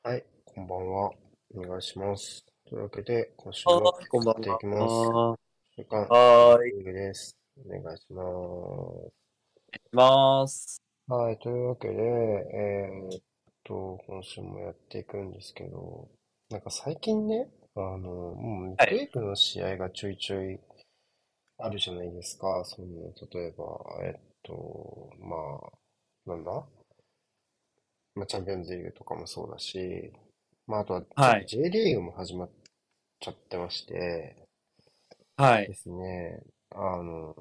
はい、こんばんは。お願いします。というわけで、今週もはーい、こんばんやっていきます。 は。 週刊エンデはーい、いィングです。お願いします。 きます。 はい、というわけで、今週もやっていくんですけど、なんか最近ね、もうミッはい。 ドウェークの試合がちょいちょいあるじゃないですか。例えば、まなんだチャンピオンズリーグとかもそうだし、あとはちょっとはい。 J リーグも始まっちゃってまして、 はい。 ですね。あの、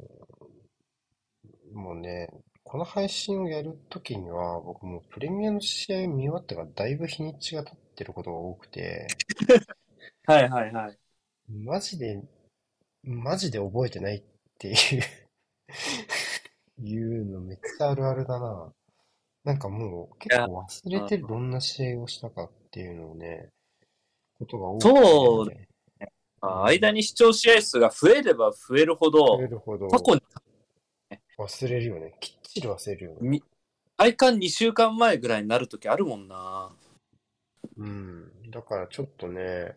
もうね、この配信をやるときには、僕もうプレミアの試合を見終わってからだいぶ日にちが経ってることが多くて、 はい、はい、はい。 マジで、マジで覚えてないっていういうのめっちゃあるあるだな。なんかもう結いや、 構忘れあてるどんな試合をしたかっていうのをね、ことが多くそう、 て、う間ん、 に視聴試合数が増えれば増えるほど、 増えるほど過去に、 忘れるよね。きっちり忘れるよね。 み体感2週間前ぐらいになるときあるもんな。 うん。だからちょっとね、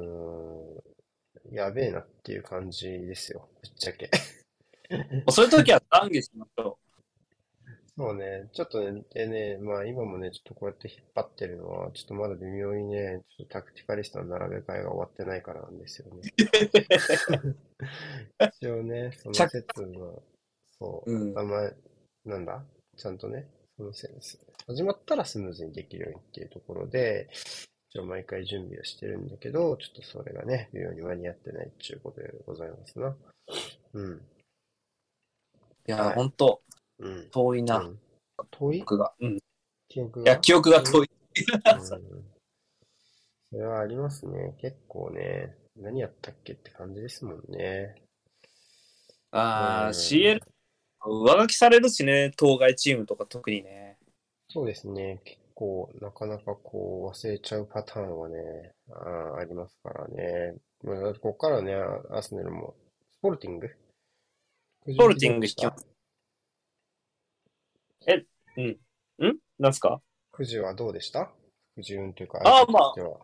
やべえなっていう感じですよ。ぶっちゃけ。 もうそういうときは懺悔しましょそうね、ちょっとね、でね、今もね、ちょっとこうやって引っ張ってるのは、ちょっとまだ微妙にね、ちょっとタクティカリストの並べ替えが終わってないからなんですよね。一応ね、そう。 の説の、そうう、 ん。 なんだちゃんとね、そのセンス。始まったらスムーズにできるようにっていうところで、一応毎回準備をしてるんだけど、ちょっとそれがね、微妙に間に合ってないっていうことでございますな。うん。 いや、 はい。 ほんと、 うん。 遠いな。 何遠い僕が。うん。いや、 記憶が記憶が遠い遠い。 うん。それはありますね。結構ね、何やったっけって感じですもんね。うああ、CL、 ん。 上書きされるしね、当該チームとか特にね。 そうですね。結構、なかなかこう、忘れちゃうパターンはね、ありますからね。だってここからね、アーセナルも、スポルティングくじ引きポルティどうでしたング引きます。え、うん。なんすか？ くじはどうでしたくじ運というか相ああ、 手とまあ、 しては。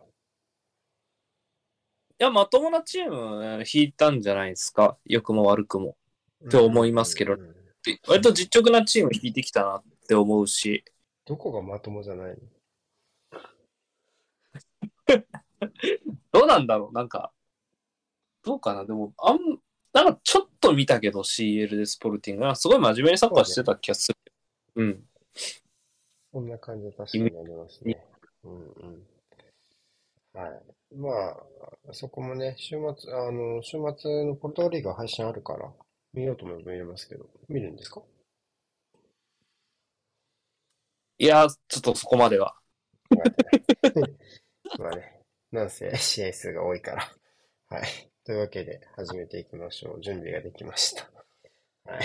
いや、まともなチーム引いたんじゃないですか。良くも悪くも。って思うんうんうんいますけど。 うん。 割と実直なチーム引いてきたなって思うし。 どこがまともじゃないのどうなんだろうなんか、どうかなでも、なんかちょっと見たけど CL でスポルティング。すごい真面目にサッカーしてそうね。 た気がする。うん。 そんな感じは確イメかにありますージね。うんうん。はい。そこもね、週末のポルトガルリーグ配信あるから、見ようと思えば見れますけど、見るんですかいや、ちょっとそこまでは。 わかってない。まあね、なんせ試合数が多いから。はい。というわけで、始めていきましょう。準備ができました。はい。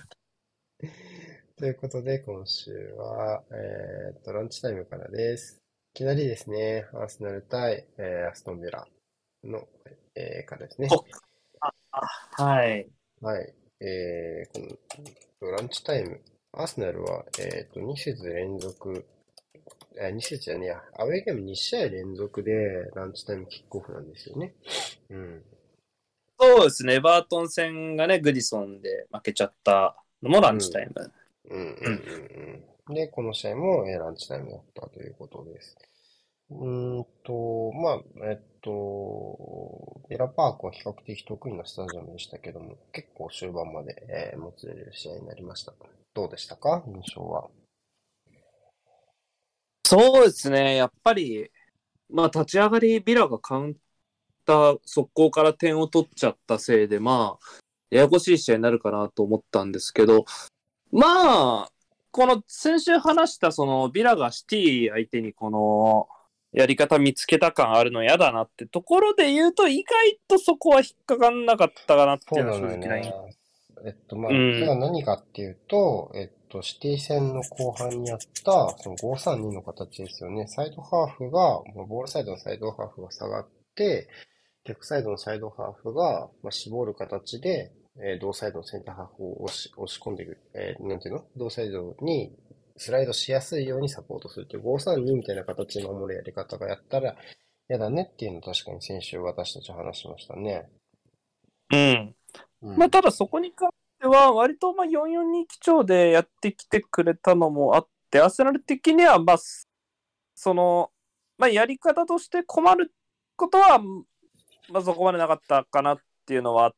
ということで、今週は、ランチタイムからです。いきなりですね、アーセナル対、アストンビラの、からですね。 ほはい。 はい。このランチタイム。アーセナルは、2節連続、2節じゃねえや、アウェーゲーム2試合連続でランチタイムキックオフなんですよね。うん。 そうですね。エバートン戦がね、グディソンで負けちゃったのもラうん。 ンチタイム。 うんうんうん。 うんうん。で、この試合も、ランチタイムだったということです。ビラパークは比較的得意なスタジアムでしたけども、結構終盤まで、もつれる試合になりました。どうでしたか印象は。 そうですね。やっぱり、まあ、立ち上がりビラがカウンター速攻から点を取っちゃったせいで、まあ、ややこしい試合になるかなと思ったんですけど、まあ、この先週話したそのビラがシティ相手にこのやり方見つけた感あるの嫌だなってところで言うと意外とそこは引っかかんなかったかなっていうのはそうなのよ正直ない。 ね。それうん。 は何かっていうと、シティ戦の後半にあった、その5-3-2の形ですよね。サイドハーフが、ボールサイドのサイドハーフが下がって、逆サイドのサイドハーフが、絞る形で、同サイドのセンターハーフを押し込んでいく。なんていうの同サイドにスライドしやすいようにサポートするっていう5-3-2みたいな形で守るやり方がやったら嫌だねっていうのを確かに先週私たち話しましたね。 うん。まあ、 うん。 ただそこに関しては、割とまあ4-4-2基調でやってきてくれたのもあって、アーセナル的には、まあ、その、まあ、やり方として困ることは、まあ、そこまでなかったかなっていうのはあって、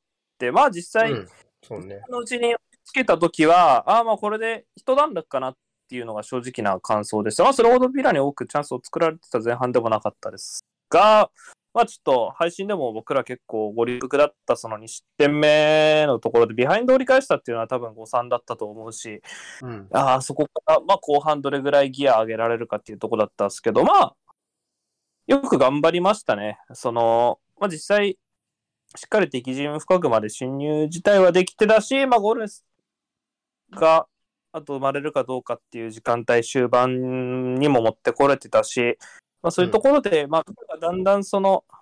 まあ、実際、 うん。そうね。 のうちにつけたときは、ああ、まあ、これで一段落かなっていうのが正直な感想でした。まあ、それほどビラに多くチャンスを作られてた前半でもなかったですが、まあ、ちょっと配信でも僕ら結構ご立腹だったその2失点目のところでビハインドを折り返したっていうのは多分誤算だったと思うし、 うん。 ああ、そこからまあ後半どれぐらいギア上げられるかっていうところだったんですけど、まあ、よく頑張りましたね。まあ、実際、しっかり敵陣深くまで侵入自体はできてたし、まあ、ゴールがあと生まれるかどうかっていう時間帯終盤にも持ってこれてたし、まあ、そういうとうん。 ころで、まあ、だんだん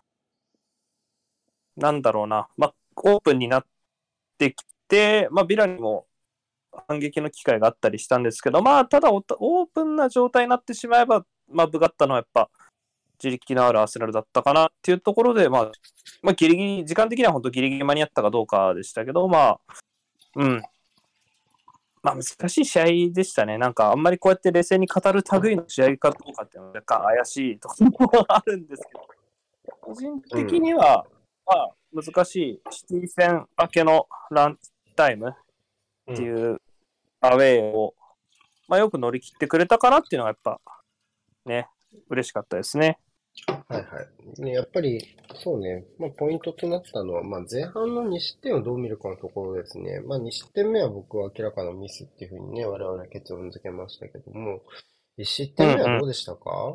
なんだろうな、まあ、オープンになってきて、まあ、ビラにも反撃の機会があったりしたんですけど、まあ、ただオープンな状態になってしまえば、まあ、部がったのはやっぱ自力のあるアーセナルだったかなっていうところで、まあ、ギリギリ、時間的には本当ギリギリ間に合ったかどうかでしたけど、まあ、うん。まあ、難しい試合でしたね。なんか、あんまりこうやって冷静に語る類の試合かどうかっていうのは若干怪しいところがあるんですけど、個人的うん。 には、まあ、難しいシティ戦明けのランタイムっうん。 ていうアウェーを、まあ、よく乗り切ってくれたかなっていうのがやっぱね、嬉しかったですね。 はいはい。ね、やっぱり、そうね。まあ、ポイントとなったのは、まあ、前半の2失点をどう見るかのところですね。まあ、2失点目は僕は明らかなミスっていうふうにね、我々は結論付けましたけども、1失点目はうんうん。 どうでしたか？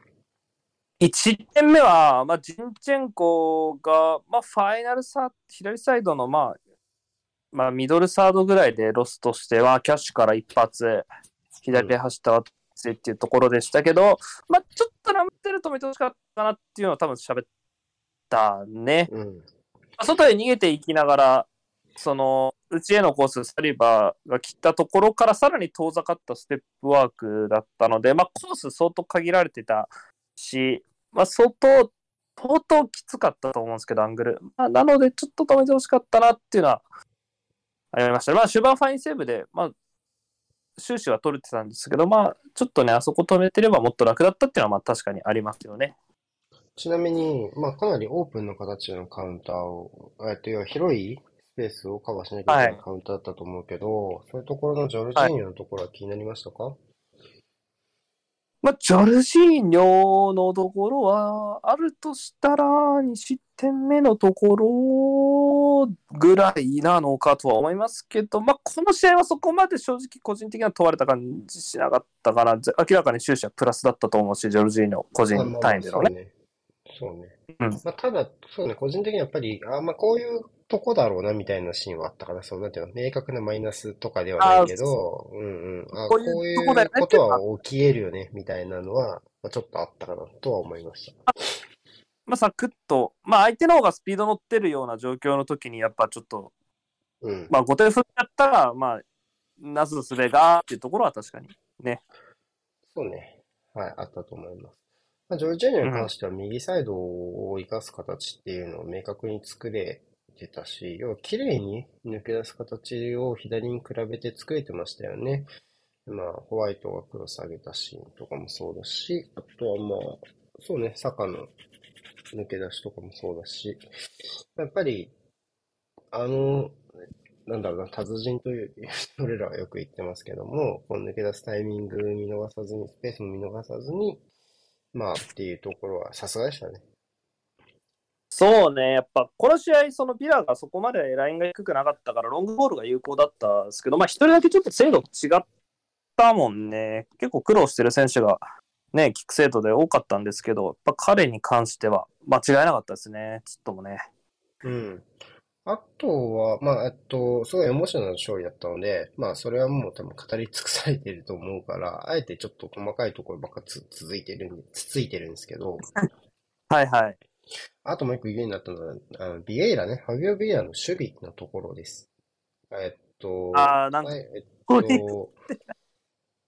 1失点目は、まあ、ジンチェンコが、まあ、ファイナル左サイドの、まあ、ミドルサードぐらいでロスとしては、キャッシュから一発、左でうん。 走ったっていうところでしたけど、まあ、ちょっとラムテル止めてほしかったかなっていうのは多分喋ったね。 うん。 外へ逃げていきながら、内へのコース、サリバーが切ったところからさらに遠ざかったステップワークだったので、まあ、コース相当限られてたし、まあ、相当きつかったと思うんですけど、アングル。まあ、なので、ちょっと止めてほしかったなっていうのはありました。まあ、終盤ファインセーブで、まあ、終始は取れてたんですけど、まあ、ちょっとね、あそこ止めてればもっと楽だったっていうのは、まあ、確かにありますよね。 ちなみに、まあ、かなりオープンな形のカウンターを、要は広いスペースをカバーしなきゃいけないはい。 カウンターだったと思うけど、そういうところのジョルジはい。 ーニョのところは気になりましたか？ まあ、ジョルジーニョのところは、あるとしたら、2失点目のところぐらいなのかとは思いますけど、まあ、この試合はそこまで正直個人的には問われた感じしなかったかな。明らかに終始はプラスだったと思うし、ジョルジーニョ個あ、 人まあまあ、 単位でのね。 そうね。そうね。 うん。 まあ、ただ、そうね、個人的にはやっぱり、まあ、こういうとこだろうな、みたいなシーンはあったかな。そう、なんていうの、明確なマイナスとかではないああ、 けど、うんうん。 こういうこうとこだよいうことねっていうのは、 は起き得るよね、みたいなのは、まあ、ちょっとあったかな、とは思いました。 まあ、サクッと、まあ、相手の方がスピード乗ってるような状況の時に、やっぱちょっと、 うん。 まあ、後手踏んじゃったら、まあ、なすすべがっていうところは確かにね。 そうね。はい、あったと思います。まあ、ジョルジーニョうん。 に関しては右サイドを生かす形っていうのを明確に作れてたし、要は綺麗に抜け出す形を左に比べて作れてましたよね。まあ、ホワイトがクロス上げたシーンとかもそうだし、あとはまあ、そうね、サカの抜け出しとかもそうだし、やっぱり、あの、なんだろうな、達人という、俺らはよく言ってますけども、こう抜け出すタイミング見逃さずに、スペースも見逃さずに、まあっていうところはさすがでしたね。 そうね、やっぱこの試合、そのビラがそこまでラインが低くなかったから、ロングボールが有効だったんですけど、まあ、一人だけちょっと精度違ったもんね。結構苦労してる選手が、ね、キック精度で多かったんですけど、やっぱ彼に関しては間違いなかったですね、ちょっともね。 うん。あとは、まあ、すごいエモーショナルな勝利だったので、まあ、それはもう多分語り尽くされていると思うから、あえてちょっと細かいところばっかつついてるんですけど、 はいはい。 あともう一個言うようになったのは、ビエイラね、ファビオ・ビエイラの守備のところです。えっと、 ああ、なんか、 はい、 こういうと、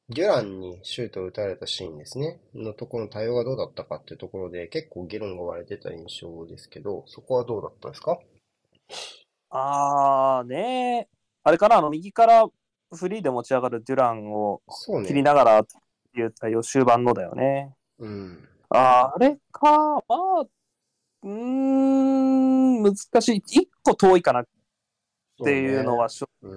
デュランにシュートを打たれたシーンですね。のところの対応がどうだったかっていうところで結構議論が割れてた印象ですけど、そこはどうだったんですか？ ねあれかな、右からフリーで持ち上がるデュランを切りそうね。 ながらっていう対応終盤のだよね。 うん。 あれか、難しい。一個遠いかなってそうね。 いうのはうん。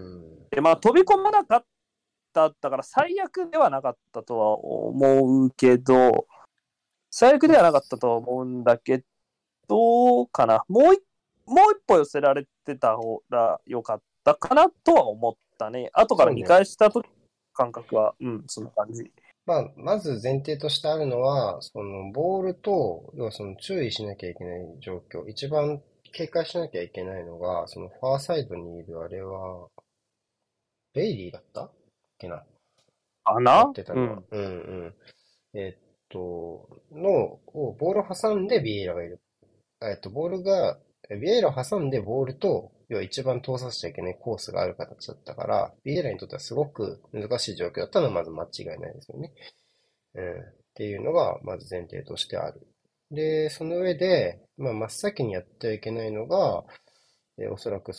飛び込まなかったから最悪ではなかったとは思うけど、最悪ではなかったとは思うんだけど、かな。もう一歩寄せられてた方が良かったかなとは思ったね。後から見そうね。 返した時感覚は、そんな感じ。 まず前提としてあるのは、そのボールと、要はその注意しなきゃいけない状況。一番警戒しなきゃいけないのが、そのファーサイドにいるあれは、ベイリーだったっけな、 かなやってたのは。 うん。 うんうん。ボールを挟んでビエイラがいる。ボールが、ビエイラを挟んでボールと、要は一番通させちゃいけないコースがある形だったから、ビエイラにとってはすごく難しい状況だったのはまず間違いないですよね。っていうのが、まず前提としてある。で、その上で、真っ先にやってはいけないのが、おそらく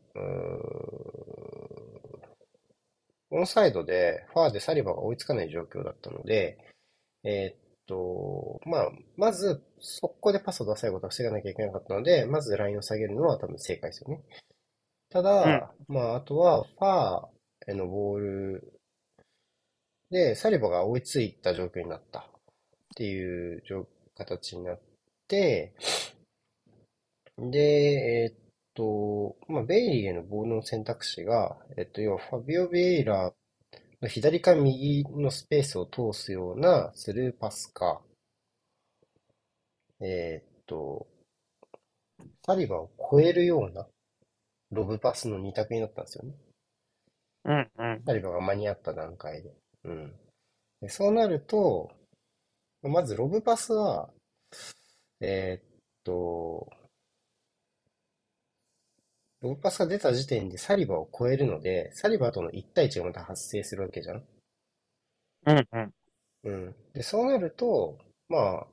オンサイドで、ファーでサリバが追いつかない状況だったので、まず、速攻でパスを出さないことは防がなきゃいけなかったので、まずラインを下げるのは多分正解ですよね。たうん。 だ、あとは、ファーへのボールで、サリバが追いついた状況になったっていう形になって、で、ベイリーへのボールの選択肢が、要はファビオ・ベイラの左か右のスペースを通すようなスルーパスか、えっと、サリバを超えるようなロブパスの二択になったんですよね。 うん。うん。 サリバが間に合った段階で。うん。でそうなると、まずロブパスは、えーっと、ロブパスが出た時点でサリバを超えるので、サリバとの一対一がまた発生するわけじゃん。 うん。うん。 うん。で、そうなると、まあ、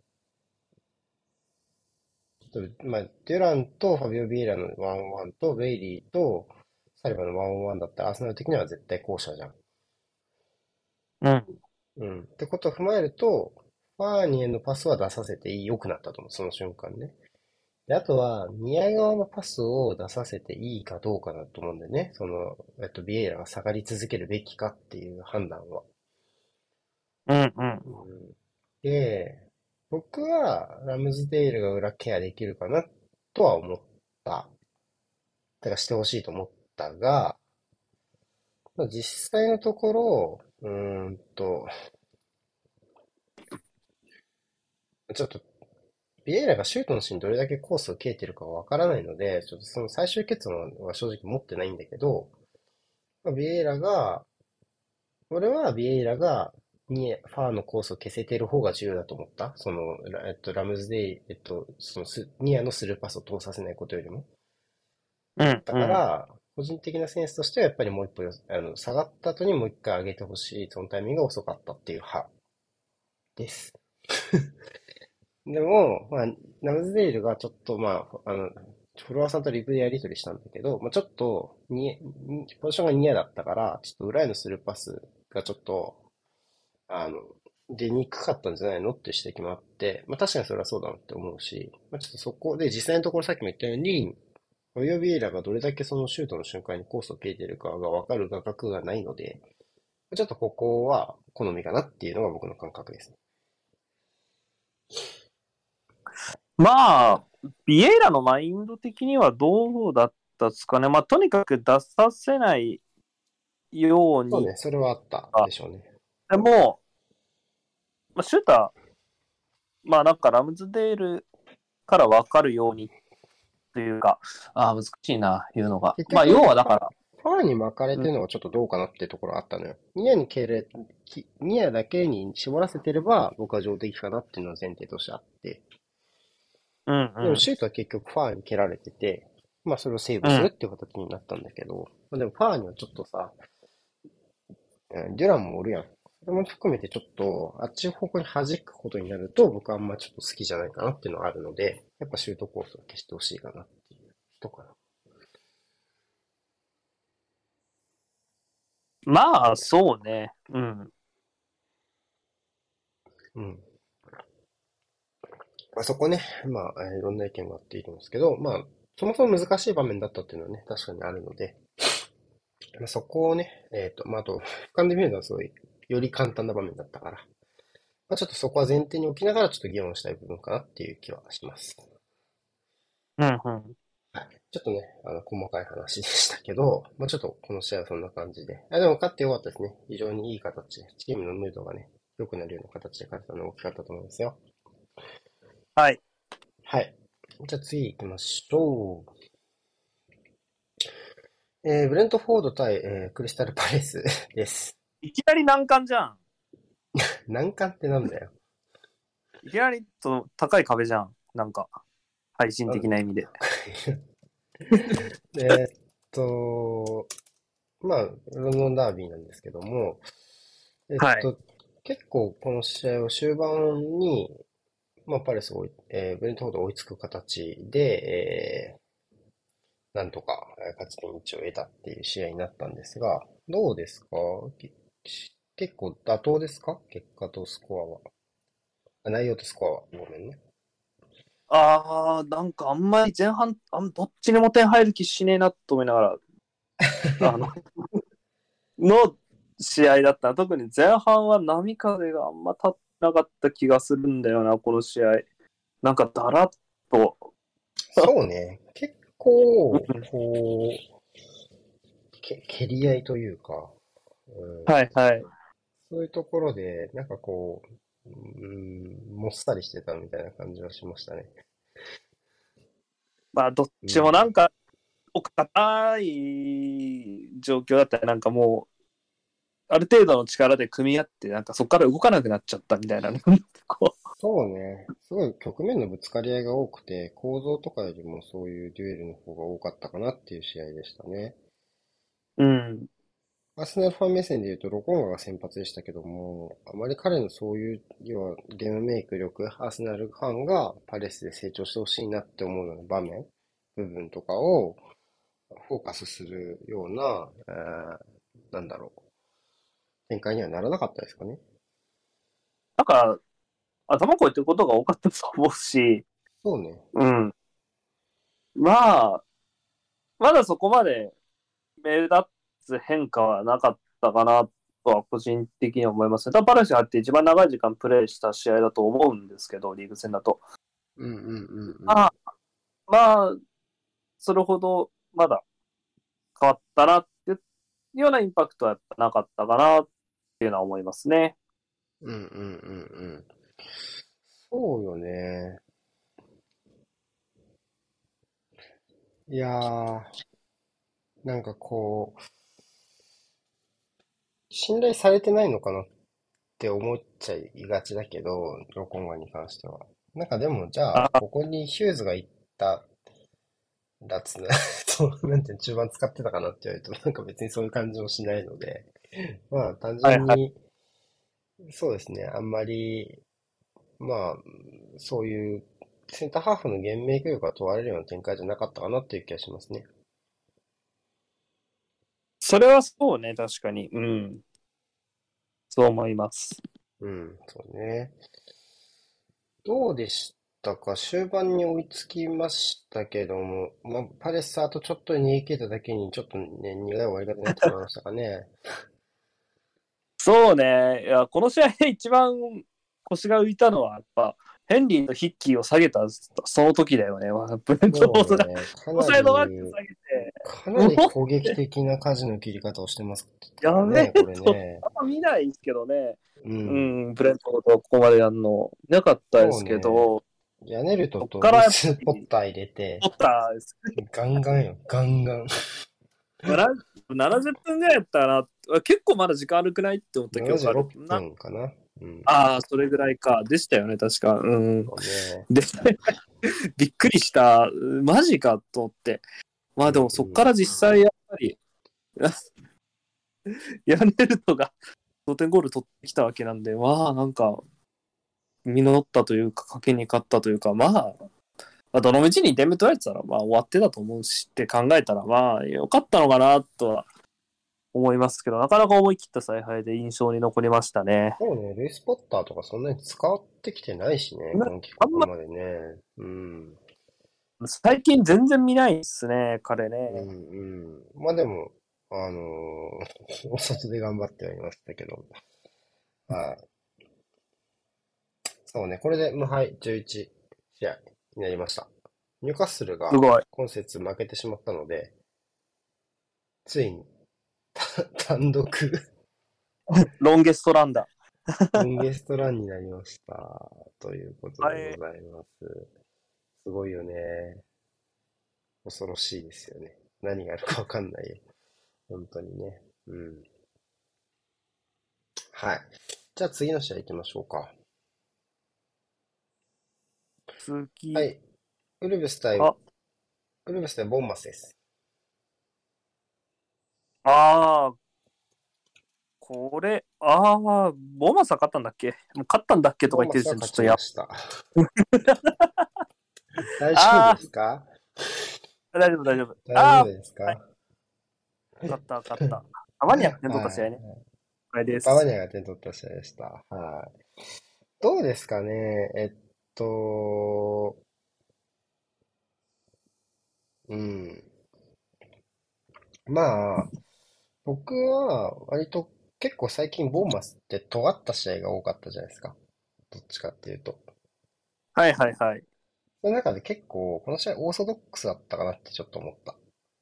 デュランとファビオ・ビエイラのワンオンワンと、ベイリーとサリバのワンオンワンだったら、アーセナル的には絶対後者じゃん。 うん。 うん。ってことを踏まえると、ファーニエのパスは出させて良くなったと思う、その瞬間ね。で、あとは、ニア側のパスを出させていいかどうかだと思うんだよね。ビエイラが下がり続けるべきかっていう判断は。 うん。うん。 うん、で、僕は、ラムズデールが裏ケアできるかなとは思った。だからしてほしいと思ったが、実際のところ、ちょっとビエイラがシュートのシーンどれだけコースを切れてるかわからないので、ちょっとその最終結論は正直持ってないんだけど、ビエイラが、俺はビエイラがファーのコースを消せてる方が重要だと思った。ラムズデイ、ニアのスルーパスを通させないことよりも。 うん。 だうん。 から、個人的なセンスとしてはやっぱりもう一歩下がった後にもう一回上げてほしい。そのタイミングが遅かったっていう派です。でも、ナムズデイルがちょっと、フォロワーさんとリプでやり取りしたんだけど、ちょっとポジションがニアだったから、ちょっと裏へのスルーパスがちょっと、あの、出にくかったんじゃないのっていう指摘もあって、確かにそれはそうだなって思うし、ちょっとそこで実際のところさっきも言ったように、オヨビエイラがどれだけそのシュートの瞬間にコースを切れているかがわかる画角がないので、ちょっとここは好みかなっていうのが僕の感覚ですね。 まあ、ビエイラのマインド的にはどうだったですかね。とにかく出させないように。 そうね、それはあったでしょうね。 でも、シューター、なんかラムズデールから分かるようにというか、難しいな、言うのが。 結局、 要はだから、 ファーに巻かれうん、 てるのがちょっとどうかなっていうところあったのよ。ニアだけに絞らせてれば僕は上出来かなっていうのは前提としてあって。 うん、うん、 でもシュートは結局ファーに蹴られてて、それをセーブするっうん、 ていう形になったんだけど、でもファーにはちょっとさ、 デュランもおるやん。それも含めてちょっと、あっち方向に弾くことになると、僕はあんまちょっと好きじゃないかなっていうのはあるので、やっぱシュートコースを消してほしいかなっていう人かな。 まあ、そうね。うん。 うん。まあ、そこね、まあ、いろんな意見があっていいと思うんですけど、まあ、そもそも難しい場面だったっていうのはね、確かにあるので、まあ、そこをね、まあ、あと、俯瞰で見るのはすごい、より簡単な場面だったから、まあ、ちょっとそこは前提に置きながらちょっと議論したい部分かなっていう気はします。 うん、うん。 はい。ちょっとね、細かい話でしたけど、まあ、ちょっとこの試合はそんな感じで。でも勝ってよかったですね。非常にいい形で、チームのムードがね、良くなるような形で勝てたのが大きかったと思いますよ。 はい。 はい。じゃあ次行きましょう。ブレントフォード対、クリスタルパレスです。 いきなり難関じゃん。 難関ってなんだよ。 いきなり高い壁じゃん。なんか、配信的な意味で。 えーっと、まあ、ロンドンダービーなんですけども、えっはい。 と、結構この試合を終盤に、まあ、パレスをブレントフォード追いつく形で、なんとか勝ち点1を得たっていう試合になったんですが、どうですか？結構妥当ですか？結果とスコアは。内容とスコアは。ごめんね。 なんかあんまり前半、どっちにも点入る気しねえなと思いながら、あの、の試合だった。特に前半は波風があんま立ってなかった気がするんだよな、この試合。なんかだらっと。 そうね。結構、 うんこ蹴り合いというか、うん、 はいはい。 そういうところで、なんかこう、もっさりしてたみたいな感じはしましたね。 まあ、どっちもうん。 なんか、お堅い状況だったら、なんかもう、ある程度の力で組み合って、なんかそこから動かなくなっちゃったみたいな、こそうね。すごい局面のぶつかり合いが多くて、構造とかよりもそういうデュエルの方が多かったかなっていう試合でしたね。 う。うん。 アーセナルファン目線で言うと、ロコンガが先発でしたけども、あまり彼のそういう、要はゲームメイク力、アーセナルファンがパレスで成長してほしいなって思うような場面、部分とかをフォーカスするような、なんだろう、展開にはならなかったですかね。 なんか、頭こいてることが多かったと思うし、 そうね。 うん。まあ、まだそこまで目立つ変化はなかったかなとは個人的には思いますね。多分パレスがあって一番長い時間プレーした試合だと思うんですけど、リーグ戦だと。 うんうんうんうん。 まあ、まあ、それほどまだ変わったなっていうようなインパクトはやっぱなかったかなっていうのは思いますね。 うんうんうんうん。そうよね。いやー、なんかこう、信頼されてないのかなって思っちゃいがちだけど、ロコンガに関しては。なんかでも、じゃあ、 あここにヒューズが行ったそう、なんて中盤使ってたかなって言われると、なんか別にそういう感じもしないので、まあ単はいはい。 純に、そうですね、あんまり、まあ、そういうセンターハーフのゲームメイク力が問われるような展開じゃなかったかなっていう気がしますね。 それはそうね、確かに。うん。そう思います。 うん、そうね。どうでしたか？終盤に追いつきましたけども、まあ、パレスあとちょっと逃げ切っただけに、ちょっとね、苦い終わり方になってしまいましたかね。 そうね。いや、この試合で一番腰が浮いたのは、やっぱ、ヘンリーとヒッキーを下げたその時だよね。ブレントフォードが、 そうね、 オサイドバック下げて、 かなもう、 り攻撃的な舵の切り方をしてますからやべね、これえと、 ね。 あんま見ないですけどね。ううん。 ん、ブレントフォードここまでやるの、なかったですけそうね。 ど、 ヤネルトそっとルイからやっぱス・ポッり、 ター入れて、 取ったです。 ガンガンよ、ガンガン。 70分ぐらいやったらな、結構まだ時間悪くないって思った記憶 76 ある。 分かな。うん。 ああ、それぐらいか。でしたよね、確か。うん。 そうね。 で、びっくりした。マジかと思って。まうんあでもそっから実際やっぱり、 ヤネルトが同点ゴール取ってきたわけなんで、まあなんか、実ったというか、賭けに勝ったというか、どの道に点目取られてたら、まあ終わってたと思うしって考えたら、まあ良かったのかなとは思いますけど、なかなか思い切った采配で印象に残りましたね。 そうね、ルイス・ポッターとかそんなに使ってきてないしね、今季あんま、 ここまでね。うん。 最近全然見ないですね、彼うんね。 うん。まあでも、お外で頑張ってはいましたけど。はい。そうね、これで無敗11試合になりました。ニューカッスルがすごい。 今節負けてしまったので、ついに単独ロンゲストランダロンゲストランになりました。ということー。 でございます。すごいよね。恐ろしいですよね。何があるかわかんないよ。本当にね。うん。はい。じゃあ次の試合行きましょうか。は次、 い。ウルブス対、 あ、 ウルブス対ボンマスです。 あー、ボマサ勝ったんだっけもう勝ったんだっけとか言ってる時ボンマスは勝点でちょっとや、 ちました。大丈夫であすか？ 大丈夫、大丈夫。 大丈夫ですはい、 か？ 勝った、勝った。アマニアが点取った試合ね。 はい。 あれです。 ババニャが点取った試合でした。はい。どうですかね。と、うん。まあ、僕は割と結構最近ボーマスって尖った試合が多かったじゃないですか。どっちかっていうと。 はいはいはい。 その中で結構この試合オーソドックスだったかなってちょっと思った。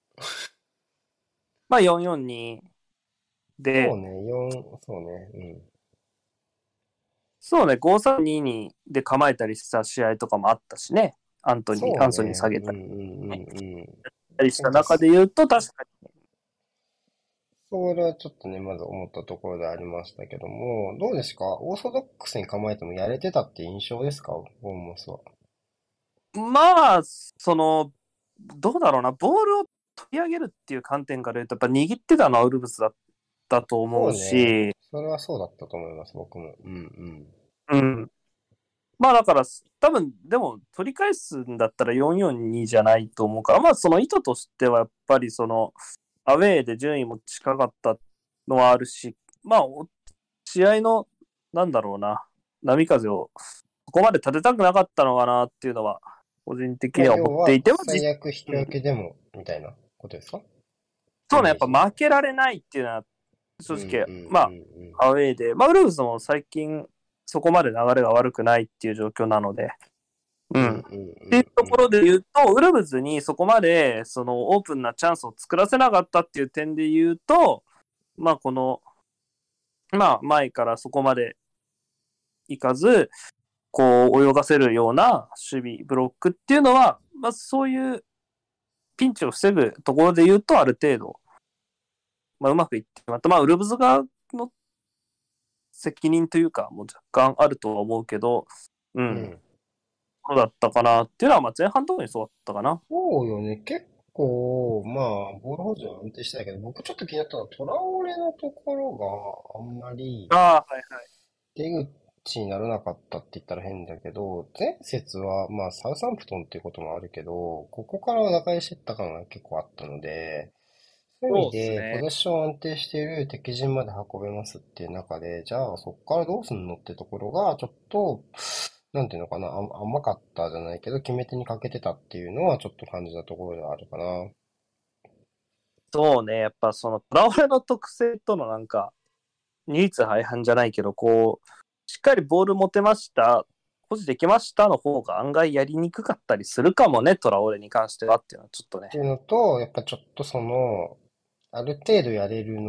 まあ442で、 そうね、4、そうね、うん。 そうね、532で構えたりした試合とかもあったしね。アンソニーそうね、うんう下げたんうんりしうん。なんかた中で言うと、確かに。 それはちょっとね、まず思ったところでありましたけども、どうですか？オーソドックスに構えてもやれてたって印象ですか？ボーンモスは。 まあ、どうだろうな、ボールを取り上げるっていう観点から言うと、やっぱ握ってたのはウルブスだったと思うそうね。 し、 それはそうだったと思います、僕も。うんうん。まあだから、多分、でも取り返すんだったら442じゃないと思うから、まあその意図としてはやっぱりアウェーで順位も近かったのはあるし、まあ、試合の、なんだろうな、波風をここまで立てたくなかったのかなっていうのは、個人的まあ、 には要は、 思っていて、 最悪引きうん、 分けでも、みたいなことですか？ そうね、やっぱイメージ。 負けられないっていうのは、正うん直、 うんまあ、 うんアウェーで、まあ、ウルブスも最近、そこまで流れが悪くないっていう状況なので、ううん。うんん。っうんていうところうんで言うと、ウルブズにそこまで、オープンなチャンスを作らせなかったっていう点で言うと、まあ、まあ、前からそこまでいかず、泳がせるような守備、ブロックっていうのは、まあ、そういうピンチを防ぐところで言うと、ある程度、まあ、うまくいってしまった。まあ、ウルブズ側の責任というか、もう若干あるとは思うけど、うん、 うん。うん。 そうだったかなっていうのは、まあ、前半特にそうだったかな。 そうよね。結構、まあ、ボール保持は安定してたけど、僕ちょっと気になったのは、トラオレのところがあんまりああ、はいはい。 出口にならなかったって言ったら変だけど、前節は、まあ、サウサンプトンっていうこともあるけど、ここから打開していった感が結構あったので、そういう意そう味で、ポですね。 ゼッション安定している敵陣まで運べますっていう中で、じゃあそこからどうすんのってところが、ちょっと、なんていうのかな、甘かったじゃないけど、決め手に欠けてたっていうのはちょっと感じたところではあるかな。 そうね。やっぱトラオレの特性とのなんか、二律背反じゃないけど、しっかりボール持てました、保持できましたの方が案外やりにくかったりするかもね、トラオレに関してはっていうのはちょっとね。 っていうのと、やっぱちょっとある程度やれる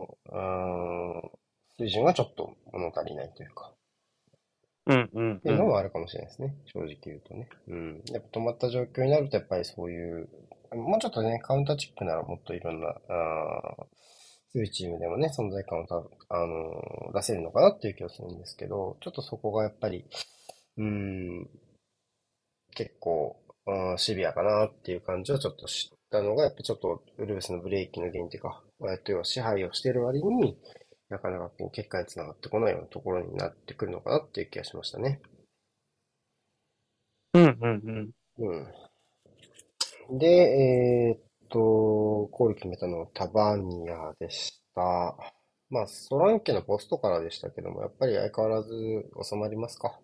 水準がちょっと物足りないというか、 うんうんっていうのうん。 もあるかもしれないですね。正直言うとね。うん。やっぱ止まった状況になると、やっぱりそういう、もうちょっとね、カウンターチックならもっといろんな、強いチームでもね、存在感を出せるのかなっていう気がするんですけど、ちょっとそこがやっぱり、うーん、結構、シビアかなっていう感じをちょっと知ったのが、やっぱちょっとウルブスのブレーキの原因っていうか、 要は支配をしている割になかなかこう結果につながってこないようなところになってくるのかなっていう気がしましたね。 うんうんうん。 うん。で、ゴール決めたのはタバニアでした。まあ、ソランケのポストからでしたけども、やっぱり相変わらず収まりますか？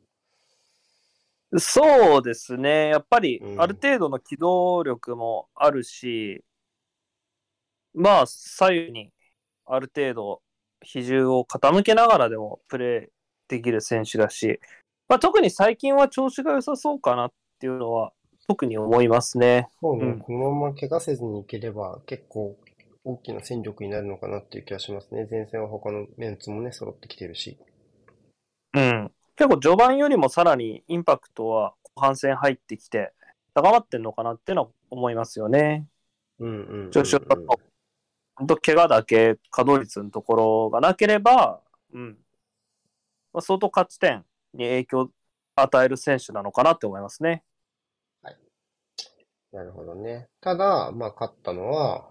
そうですね。やっぱり、あるうん。 程度の機動力もあるし、まあ、左右にある程度、比重を傾けながらでもプレーできる選手だし、まあ、特に最近は調子が良さそうかなっていうのは、特に思いますね。 そうね、 うん。 このまま怪我せずにいければ結構大きな戦力になるのかなっていう気がしますね。前線は他のメンツもね、揃ってきてるし。 うん。結構序盤よりもさらにインパクトは後半戦入ってきて、高まってんのかなっていうのは思いますよね。 うんうん調子良さうんそう。本当怪我だけ稼働率のところがなければ、うん。まあ、相当勝ち点に影響を与える選手なのかなって思いますね。 はい。なるほどね。ただ、まあ勝ったのは、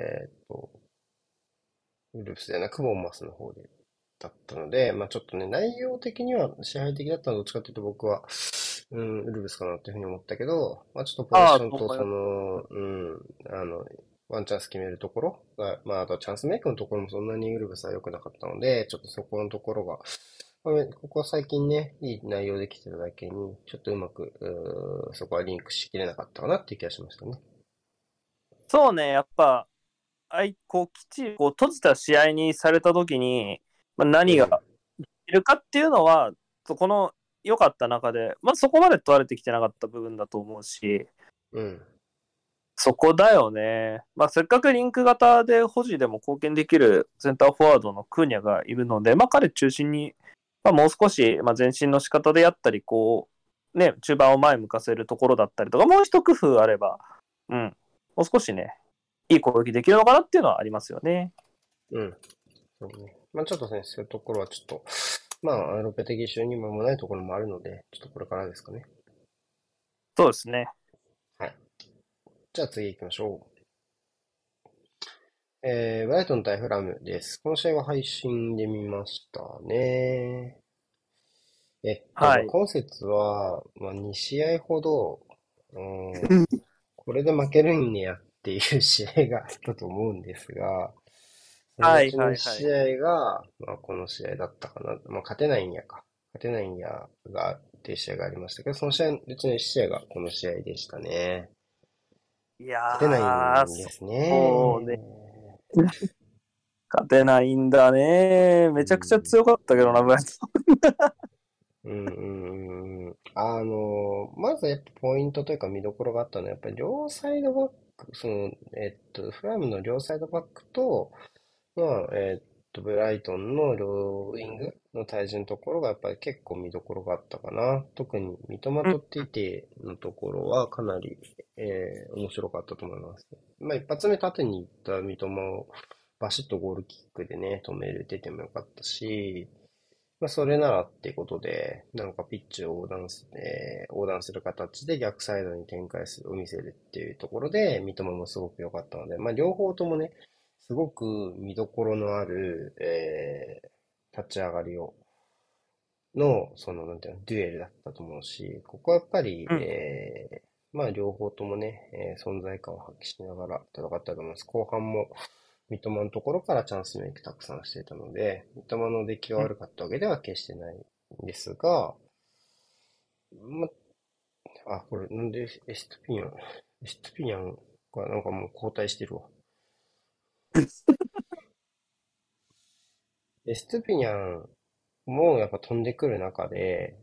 ウルブスじゃなくボーンマスの方でだったので、まあちょっとね、内容的には支配的だったのはどっちかというと僕は、ウルブスかなっていうふうに思ったけど、まあちょっとポゼッああ、 ションとと思います。 あの、ワンチャンス決めるところが、まああとチャンスメイクのところもそんなにウルブスは良くなかったので、ちょっとそこのところが、まあここ最近ね、いい内容できてただけに、ちょっとうまく、そこはリンクしきれなかったかなっていう気がしましたね。 そうね、やっぱ、こう、きっちりこう閉じた試合にされたときに、まあ、何がうん、 いるかっていうのは、そこの良かった中で、まあ、そこまで問われてきてなかった部分だと思うし、 うん、 そこだよね。まあ、せっかくリンク型で保持でも貢献できるセンターフォワードのクーニャがいるので、まあ、彼中心に、まあ、もう少し、まあ、前進の仕方であったり、こう、ね、中盤を前向かせるところだったりとか、もう一工夫あれば、うん、もう少しね、いい攻撃できるのかなっていうのはありますよね。 うん。そうね。まあちょっとね、そういうところはちょっと、まあ、ロペテギ就任間もないところもあるので、ちょっとこれからですかね。 そうですね。 はい。じゃあ次行きましょう。ブライトン対フラムです。この試合は配信で見ましたね。まあ、 はい。 今節は、まあ、2試合ほど、うん、これで負けるんねやっていう試合があったと思うんですが、そのはいうちの1 はいはい。 試合が、まあ、この試合だったかな。まあ、勝てないんやか。勝てないんやが、っていう試合がありましたけど、その試合、うちの1試合がこの試合でしたね。 いや勝てないー、 んですね。 そうね。勝てないんだね。 うめちゃくちゃん。 強かったけどな、ブライトン。 うんうんうん。まずやっぱポイントというか見どころがあったのは、やっぱり両サイドバック、フラムの両サイドバックと、まあ、ブライトンの両ウィングの対峙のところがやっぱり結構見どころがあったかな。特に三笘うん。 とティテのところはかなり、面白かったと思います。まあ一発目縦に行った三笘をバシッとゴールキックでね、止めれててもよかったし、まあそれならっていうことで、なんかピッチを横断する形で逆サイドに展開する、を見せるっていうところで、三笘もすごく良かったので、まあ両方ともね、すごく見どころのある、立ち上がりなんていうの、デュエルだったと思うし、ここはやっぱり、 うん。 まあ両方ともね、存在感を発揮しながら戦ったと思います。後半も三笘のところからチャンスメイクたくさんしていたので、三笘の出来がうん。 悪かったわけでは決してないんですが、ま、これなんでエストピニャンがなんかもう交代してるわ。エストピニャンもやっぱ飛んでくる中で、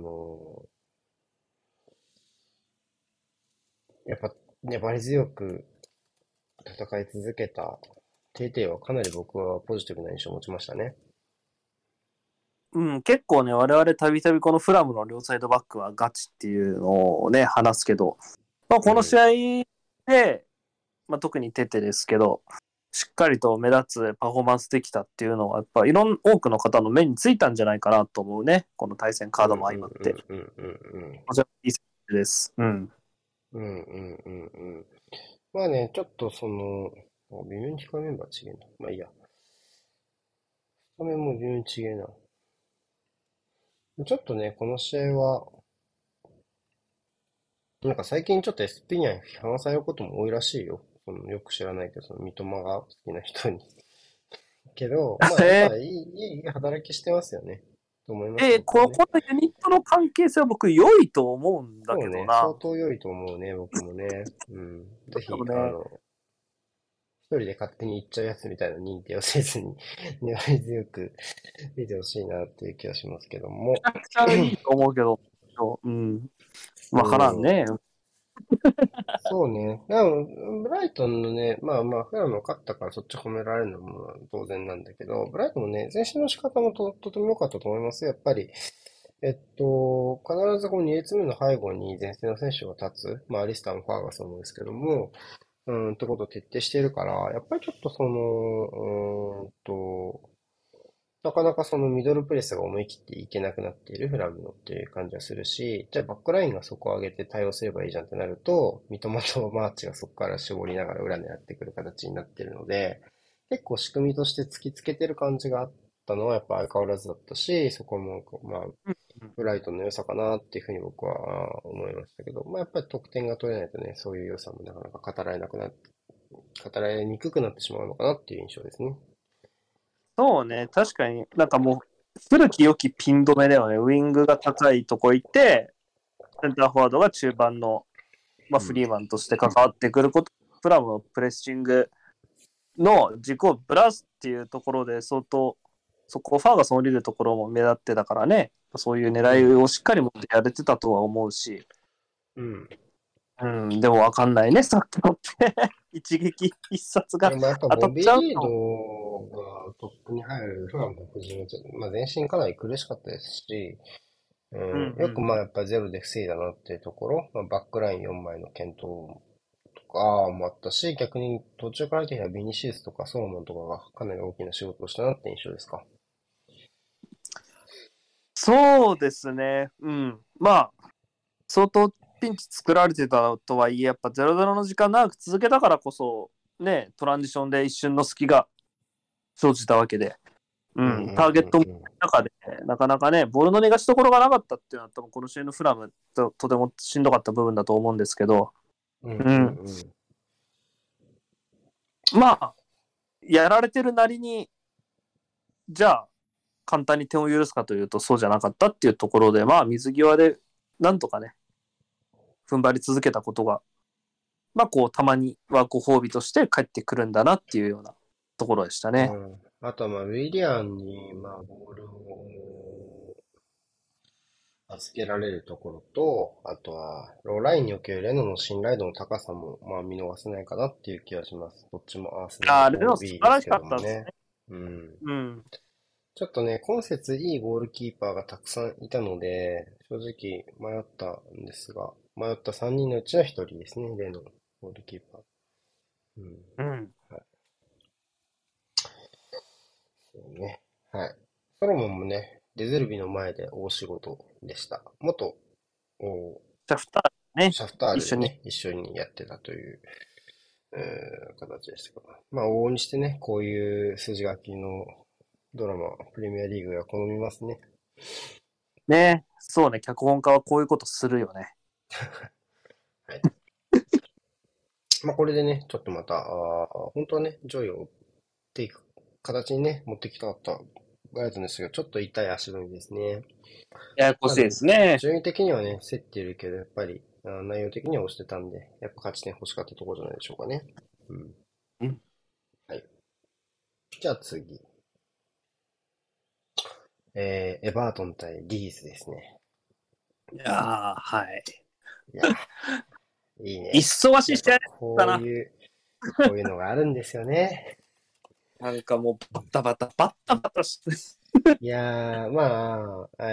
やっぱ粘り強く戦い続けたテイテイはかなり僕はポジティブな印象を持ちましたね。 うん、結構ね、我々たびたびこのフラムの両サイドバックはガチっていうのをね、話すけど、まあ、この試うん。 合で、まあ、特にテテですけど、しっかりと目立つパフォーマンスできたっていうのは、やっぱ多くの方の目についたんじゃないかなと思うね。この対戦カードもうんうん相まって。 うんうんうんこちらいい選手です。うん。 うんうんうんうんうん。まあね、ちょっと微妙に控えメンバー違えな。まあいいや。スタメンも微妙に違えな。ちょっとね、この試合は、なんか最近ちょっと SP には批判されることも多いらしいよ。よく知らないけど、三笘が好きな人に。けど、まあやっぱいい働きしてますよね。と思います、僕はね。 このユニットの関係性は僕良いと思うんだそうね、 けどな。 相当良いと思うね、僕もね。うん。ぜひ、 でもね、 一人で勝手に行っちゃうやつみたいな認定をせずに粘り強く見てほしいなっていう気がしますけども。 めちゃくちゃいいと思うけど、うん。わからんうん。 ね。 そうね。でも、ブライトンのね、まあまあ、フラム勝ったからそっち褒められるのも当然なんだけど、ブライトンもね、前進の仕方もとても良かったと思いますよ。やっぱり、必ずこう2列目の背後に前線の選手が立つ。まあ、アリスターもファーガソンもですけども、ってことを徹底しているから、やっぱりちょっとなかなかそのミドルプレスが思い切っていけなくなっているフラムのっていう感じはするし、じゃあバックラインがそこを上げて対応すればいいじゃんってなると、三笘とマーチがそこから絞りながら裏狙ってくる形になっているので、結構仕組みとして突きつけてる感じがあったのはやっぱ相変わらずだったし、そこも、まあ、 うんブライトンの良さかなっていうふうに僕は思いましたけど、まあやっぱり得点が取れないとね、そういう良さもなかなか語られにくくなってしまうのかなっていう印象ですね。 そうね、確かになんかもう、古き良きピン止めだよね。ウィングが高いとこ行って、センターフォワードが中盤の、 うん。 フリーマンとして関わってくること、プラムのプレッシングの軸をぶらすっていうところで、相当、そこをファーガソン降りるところも目立ってたからね、そういう狙いうん。 をしっかり持ってやれてたとは思うし、 うん。 うん、でもわかんないね、サッカーって一撃必殺がまあ、やっぱ当たっボビー・リードちゃうと。 がトップに入るフランの布陣はまあ、前進かなり苦しかったですし、 うんよくまあうん。 やっぱゼロで防いだなっていうところ、まあ、バックライン4枚の検討とかもあったし、逆に途中から入ってきたビニシウスとかソロモンとかがかなり大きな仕事をしたなって印象ですか。 そうですね。うん。相当ピンチ作られてたとはいえ、やっぱ0-0の時間長く続けたからこそ、ね、トランジションで一瞬の隙が生じたわけで、ううんうん、ターゲットのん中で、なかなかね、ボールの逃がしどころがなかったっていうのは、多分この試合のフラムとてもしんどかった部分だと思うんですけど、 うん。うんうん。 うんうん。 まあ、やられてるなりに、じゃあ、簡単に点を許すかというと、そうじゃなかったっていうところで、水際で、なんとかね、踏ん張り続けたことが、たまにはご褒美として帰ってくるんだなっていうようなところでしたね。 うん。あとはまあ、ウィリアンに、まあ、ボールを預けられるところと、あとは、ローラインにおけるレノの信頼度の高さも、まあ見逃せないかなっていう気がします。どっちもアーセナルレノ素 OB 晴らしですけかったですね。 どもね。うん。 うん。 ちょっとね、今節いいゴールキーパーがたくさんいたので、正直迷ったんですが、迷った3人のうちの1人ですね、レノ、ゴールキーパー。うん。 うん。 はい。そうね。はい。ソロモンもね、デゼルビの前で大仕事でした。元、おシャフターね、 シャフター一緒に。 ルでね、一緒にやってたという、形でしたけど。まあ、往々にしてね、こういう筋書きのドラマ、プレミアリーグが好みますね。 ね、そうね、脚本家はこういうことするよね。 はい。まあ、これでね、ちょっとまた、本当はね、上位を追っていく形にね、持ってきたかったガイドですが、ちょっと痛い足取りですね。 ややこしいでまあでも、 すね。 順位的にはね、競っているけど、やっぱり、内容的には押してたんで、やっぱ勝ち点欲しかったところじゃないでしょうかね。うん。 うん。 はい。じゃあ次。エバートン対リーズですね。 いやー、はい。 いや、いいね。 忙しやっぱい試合だったな。 こういうのがあるんですよね。 なんかもうバッタバタして。 いやー、まあ、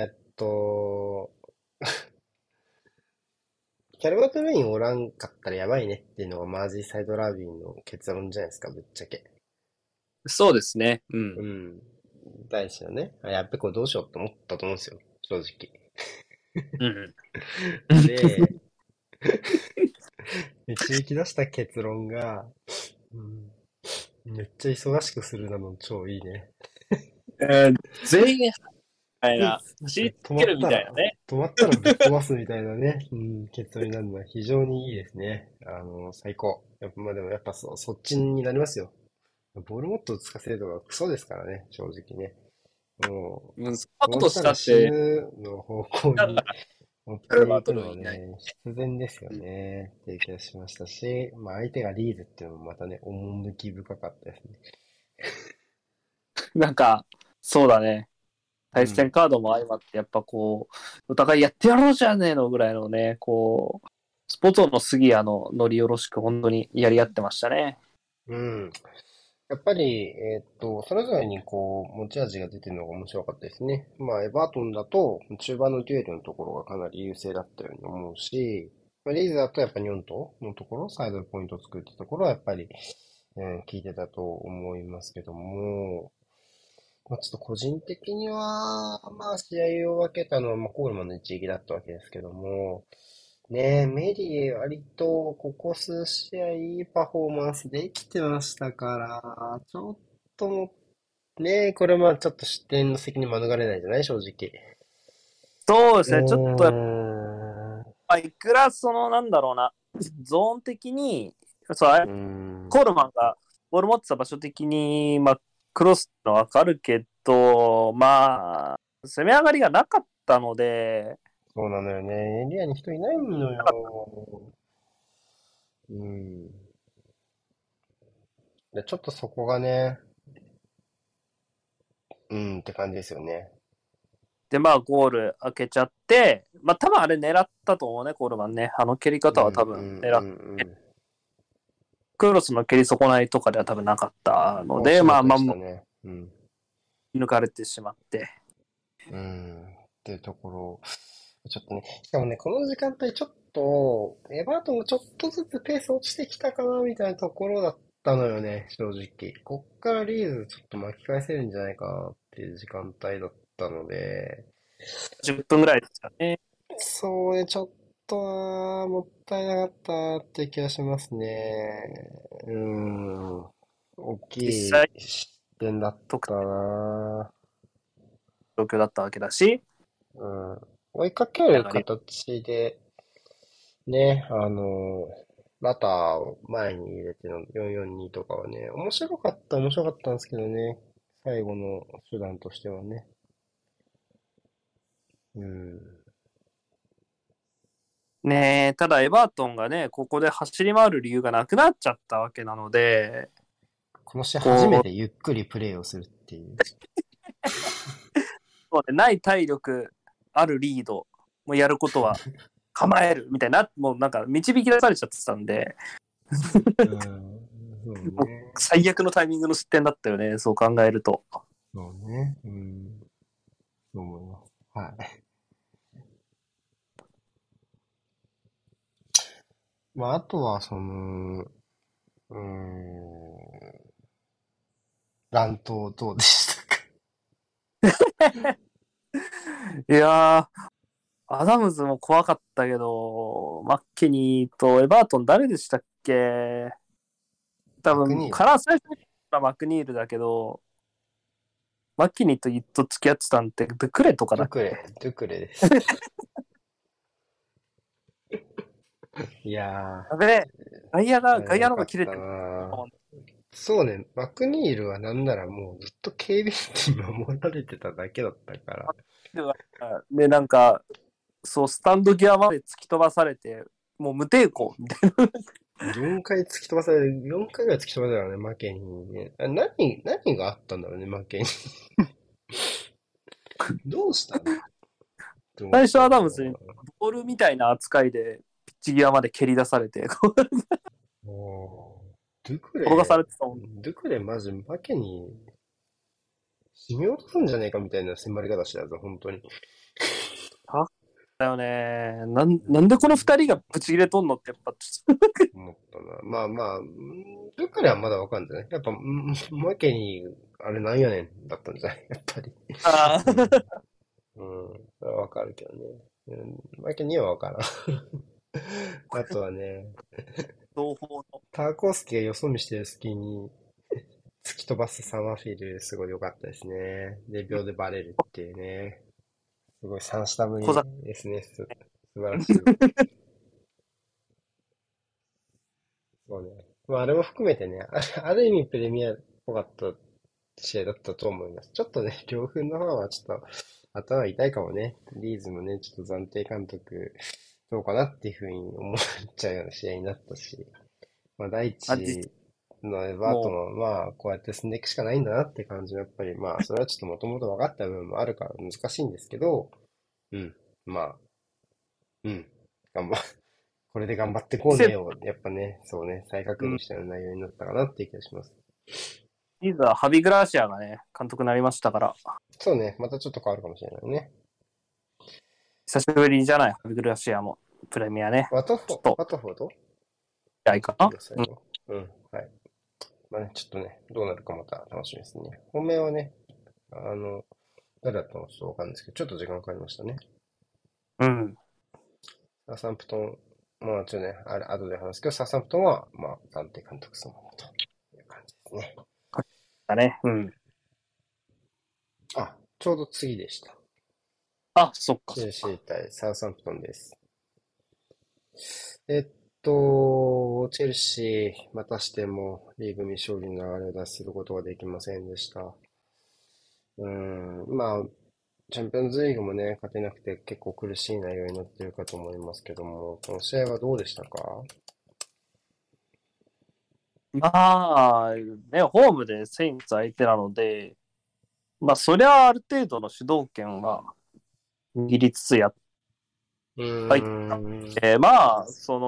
キャルバトレインおらんかったらやばいねっていうのがマージーサイドラビーの結論じゃないですか、ぶっちゃけ。 そうですね。うん。 うん。大事よね。やっぱこれどうしようって思ったと思うんですよ、正直。 うん。 で、導き出した結論が、うん、 めっちゃ忙しくするなの超いいね。 全員みたいな、走り止続けるみまったら、 たいなね。 止まったらぶっ飛ばすみたいなね、結論になるのは非常にいいですね。最高。やっぱ、まあでもやっぱそっちになりますよ。ボールモットをつかせるのがクソですからね、正直ね。もうん、そんう、そうなことしたしたら死って、 ぬの方向に持っ車はていくのは取るいない。 ね、必然ですよね、っていう気がしましたし、まあ相手がリーズっていうのもまたね、趣深かったですね。 なんか、そうだね。対戦うん。 カードも相まって、やっぱこう、お互いやってやろうじゃねえのぐらいのね、こう、スポーツの杉谷の乗り下ろしく本当にやり合ってましたね。 うん。やっぱり、それぞれにこう、持ち味が出てるのが面白かったですね。まあ、エバートンだと、中盤のデュエルのところがかなり優勢だったように思うし、まあ、リーズだとやっぱニョントのところ、サイドでポイントを作ったところはやっぱり、効いてたと思いますけども、まあ、ちょっと個人的には、まあ、試合を分けたのは、まあ、コールマンの一撃だったわけですけども、ねえ、メリー割とここ数試合いいパフォーマンスできてましたから、ちょっともねえ、これはまあちょっと失点の責任免れないじゃない正直。うそうですね、ちょっとやっーん。 ぱ、いくらその、なんだろうな、ゾーン的に、そう、 うーん。 コールマンがボール持ってた場所的に、まあ、クロスのわかるけど、まあ、攻め上がりがなかったので、 そうなのよね。エリアに人いないのよ。うん。で、ちょっとそこがね、うんって感じですよね。 で、まあ、ゴール開けちゃって、まあ、多分あれ狙ったと思うね、コールマンね。あの蹴りうん方は多うんう分狙っんクロスの蹴り損ないとかでは多分なかったうん。 ので、まあ、 お仕事でまあ、 したね。うん。 抜かれてしまって。 うん。っていうところ。ちょっとね、しかもね、この時間帯ちょっと、エバートンもちょっとずつペース落ちてきたかな、みたいなところだったのよね、正直。こっからリーズちょっと巻き返せるんじゃないかなっていう時間帯だったので、 10分ぐらいですかね。 そうね、ちょっともったいなかったって気がしますね。大実きい際、 失点だっ得たな。 状況だったわけだし、 うん。追いかける上がり形で、ね、ラターを前に入れての442とかはね、面白かったんですけどね。最後の手段としてはね。うん。 ねえ、ただエバートンがね、ここで走り回る理由がなくなっちゃったわけなので、 この試合初めこう、 てゆっくりプレーをするっていう。 そうねない体力あるリードもやることは構えるみたいな、もうなんか導き出されちゃってたんで、 うん。そうもうね。 最悪のタイミングの失点だったよね、そう考えると。 そうね。うん。そう思います。はい。まあ、あとは、乱闘どうでしたか？ いやー、アダムズも怖かったけど、マッケニーとエバートン誰でしたっけ？多分、 マクニール。 最初にマクニールだけど、マッケニーと付き合ってたんって、ドゥクレとかだっけ？ ドゥクレです。いやあれ、 ー、あれ外野よかったの方が切れてる。 な。そうね、マクニールはなんならもうずっと警備員に守られてただけだったから。 で、なんか、そう、スタンド際まで突き飛ばされて、もう無抵抗みたいな。 4回突き飛ばされる、4回ぐらい突き飛ばされたからね、負けにね。何があったんだろうね、負けに。どうしたの？どう最初したのかアダムズにボールみたいな扱いで、ピッチ際まで蹴り出されて、こうな。もう、 転がされてたもん。 ドゥクレマジ負けに締め落とすんじゃねえかみたいな迫り方してたぞ、本当に。 だよね。なんでこの二人がブチ切れとんのってやっぱ、 思ったな。まあまあ、ドゥクレはまだわかんないね。やっぱ、負けに、あれなんやねんだったんじゃないやっぱり。 あうん。 ーうん。それはわかるけどね。うん。負けにはわからん。あとはね、 同胞の。 ターコースキがよそ見してる隙に、 突き飛ばすサマーフィールすごい良かったですね。で、秒でバレるっていうね。すごい3下ぶり小坂。 ですね。素晴らしい。そうね。まあ、あれも含めてね、ある意味プレミアっぽかった試合だったと思います。ちょっとね、両軍の方はちょっと頭痛いかもね。リーズもね、ちょっと暫定監督どうかなっていうふうに思っちゃうような試合になったし、まあ、第あ、 一のエバートもも、まあ、こうやって進んでいくしかないんだなって感じは、やっぱり、まあ、それはちょっともともと分かった部分もあるから難しいんですけど、うん、まあ、うん、頑張、これで頑張ってこうねを、やっぱね、そうね、再確うん、 認したような内容になったかなっていう気がします。 リーズはハビグラーシアがね、監督になりましたから、 そうね、またちょっと変わるかもしれないね。 久しぶりじゃない、ハビグラーシアも、プレミアね。 ワトフォード試合かな。うん。 最後。うん、はい。まあね、ちょっとね、どうなるかまた楽しみですね。本命はね、誰だったのかちょっとわかんないですけど、ちょっと時間かかりましたね。 うん。 サウサンプトン、まあちょっとね、あれ、後で話すけど、サウサンプトンは、まあ、暫定監督そのものという感じですね。 だね。うん。 あ、ちょうど次でした。 あ、そっかチェルシそっか。 ー対サウサンプトンです。チェルシー、またしてもリーグ未勝利の流れを脱することができませんでした。まあ、チャンピオンズリーグもね、勝てなくて結構苦しい内容になっているかと思いますけども、この試合はどうでしたか？ まあ、ね、ホームでセインツ相手なので、まあ、そりゃある程度の主導権は握りつつやっうーはいっん、 て、まあ、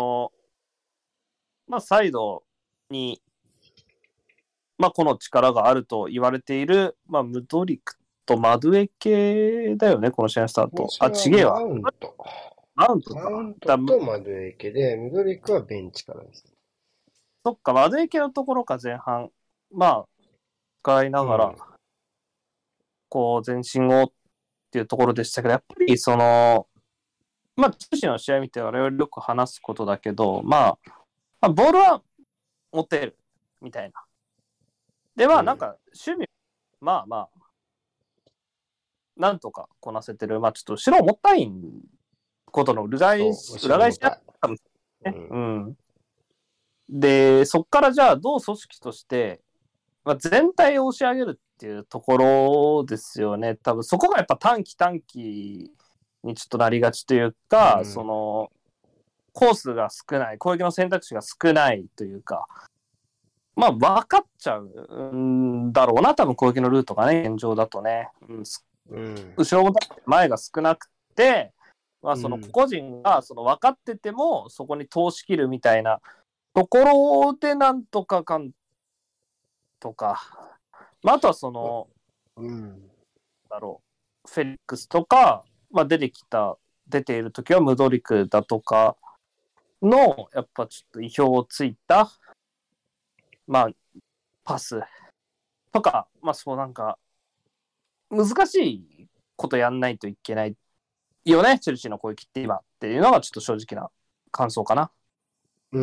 まあ、サイドに、まあ、この力があると言われている、まあ、ムドリクとマドゥエ系だよね、この試合のスタート。あ、 この試合はちげえわ。 マウント。 マウントか。 マウントとマドゥエケで、ミドリックはベンチからです。 そっか、マドゥエ系のところか前半。まあ、使いながら、 うん。 こう、前進をっていうところでしたけど、やっぱりまあ、女子の試合見て我々よく話すことだけど、まあ、ボールは持てる、みたいな。で、まあ、なんうん。 か、守備、まあまあ、なんとかこなせてる。まあ、ちょっと後ろ重たいことのそう、後裏返しだっろ重たい。 たんですね。ううん。 ん。で、そこからじゃあ、どう組織として、まあ、全体を押し上げるっていうところですよね。多分、そこがやっぱ短期にちょっとなりがちというか、 うん。 コースが少ない、攻撃の選択肢が少ないというか、まあ、分かっちゃうんだろうな、多分攻撃のルートがね、現状だとね。うん、 うん。 後ろも前が少なくて、まあ、そのうん。 個々人が分かってても、そこに通し切るみたいなところで、なんとかかんとか、まあ、あとはうん。 だろフェリックスとか、まあ、出ている時はムドリクだとかの、やっぱちょっと意表をついた、まあ、パスとか、まあ、そうなんか、難しいことやんないといけないよね、チェルシーの攻撃って今っていうのがちょっと正直な感想かな。 うん。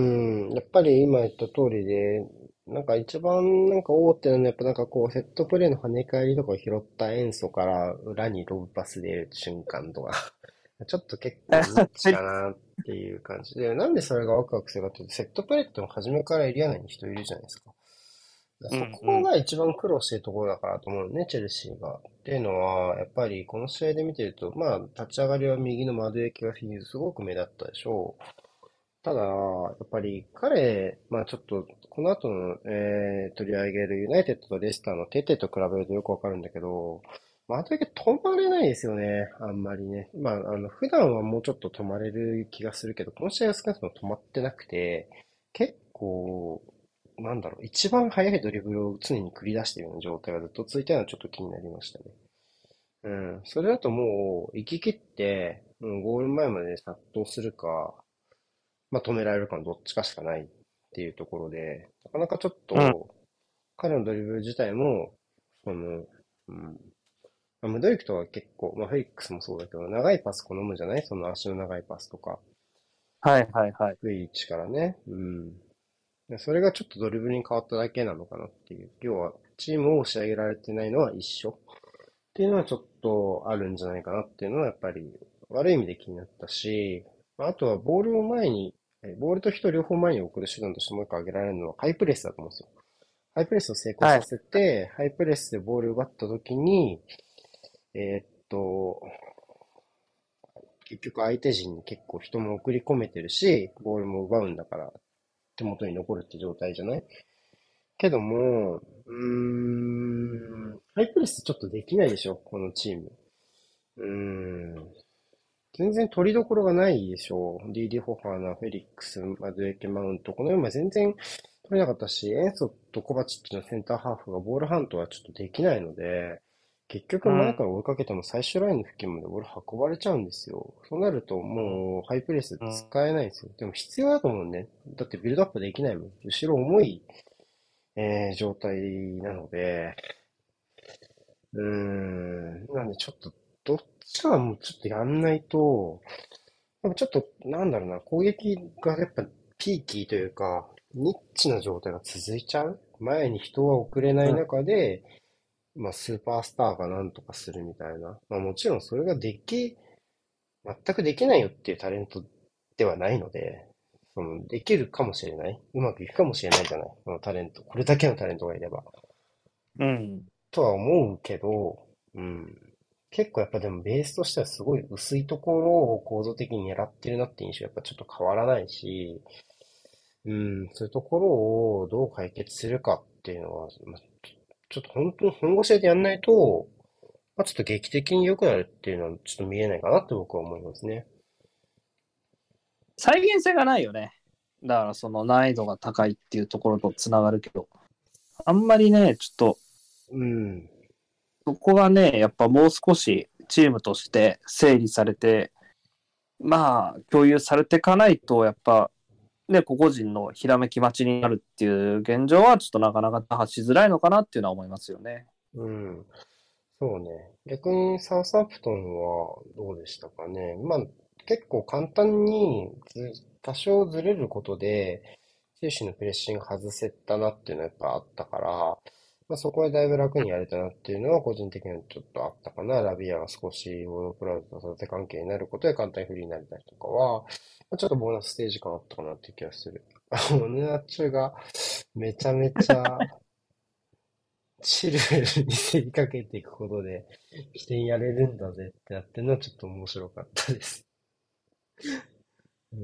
やっぱり今言った通りで、なんか一番なんか大手なのはやっぱなんかこうセットプレーの跳ね返りとかを拾った塩素から裏にロブパスでる瞬間とか、ちょっと結構ニッチかなっていう感じで、なんでそれがワクワクするかっていうと、セットプレーっても初めからエリア内に人いるじゃないですか。 うそんうん。 こが一番苦労してるところだからと思うね、チェルシーが。っていうのは、やっぱりこの試合で見てると、まあ、立ち上がりは右の窓駅がすごく目立ったでしょう。ただ、やっぱり彼、まあちょっと、この後の、取り上げるユナイテッドとレスターのテテと比べるとよくわかるんだけど、窓駅止まれないですよね、あんまりね。まあ、普段はもうちょっと止まれる気がするけど、この試合は少なくとも止まってなくて、結構、なんだろう、一番速いドリブルを常に繰り出しているような状態がずっと続いたのはちょっと気になりましたね。うん。それだともう、行き切って、ゴール前まで殺到するか、まあ止められるかのどっちかしかないっていうところで、なかなかちょっうん。 と、彼のドリブル自体も、うん。まあ、ムドリクとは結構、まあフェリックスもそうだけど、長いパス好むじゃないその足の長いパスとか、 はいはいはい。 低い位置からね。うん。 でそれがちょっとドリブルに変わっただけなのかなっていう。要は、チームを仕上げられてないのは一緒っていうのはちょっとあるんじゃないかなっていうのはやっぱり悪い意味で気になったし、あとはボールを前に、ボールと人両方前に送る手段としてもう一個挙げられるのはハイプレスだと思うんですよ。ハイプレスを成功さはい。 せて、ハイプレスでボールを奪った時に、えーっと、結局相手陣に結構人も送り込めてるし、ボールも奪うんだから手元に残るって状態じゃないけども、ハイプレスちょっとできないでしょ、このチーム。全然取りどころがないでしょう。DD ホファーナ、フェリックス、マドゥエケマウント。この4枚全然取れなかったし、エンソとコバチッチのセンターハーフがボールハントはちょっとできないので、結局前うん。 から追いかけても最終ラインの付近までボール運ばれちゃうんですよ。そうなるともうハイプレスうん。 使えないんですよ。でも必要だと思うね。だってビルドアップできないもん。後ろ重い、状態なので、なんでちょっと、どっちかはもうちょっとやんないと、でもちょっと、なんだろうな、攻撃がやっぱピーキーというか、ニッチな状態が続いちゃう前に人は送れないうん。 中で、まあスーパースターがなんとかするみたいな。まあもちろんそれが全くできないよっていうタレントではないので、できるかもしれない。うまくいくかもしれないじゃない。このタレント。これだけのタレントがいれば。 うん。 とは思うけど、うん。結構やっぱでもベースとしてはすごい薄いところを構造的に狙ってるなって印象やっぱちょっと変わらないし、そういうところをどう解決するかっていうのは、ちょっと本当に本腰でやんないと、ちょっと劇的に良くなるっていうのはちょっと見えないかなって僕は思いますね。 再現性がないよね。だからその難易度が高いっていうところとつながるけど、あんまりね、ちょっとうん。 そこがね、やっぱもう少しチームとして整理されて、まあ共有されていかないと、やっぱね、個々人のひらめき待ちになるっていう現状はちょっとなかなか打破しづらいのかなっていうのは思いますよね。 うん。そうね。逆にサウサンプトンはどうでしたかね。まあ、結構簡単に多少ずれることで、選手のプレッシング外せたなっていうのはやっぱあったから、そこはだいぶ楽にやれたなっていうのは個人的にはちょっとあったかな。ラビアが少しウォードクラウドと育て関係になることで簡単にフリーになれたりとかは、ちょっとボーナスステージ感あったかなっていう気がする。ヌナッチョがめちゃめちゃチルに競りかけていくことで、起点やれるんだぜってなってるのはちょっと面白かったです。うん。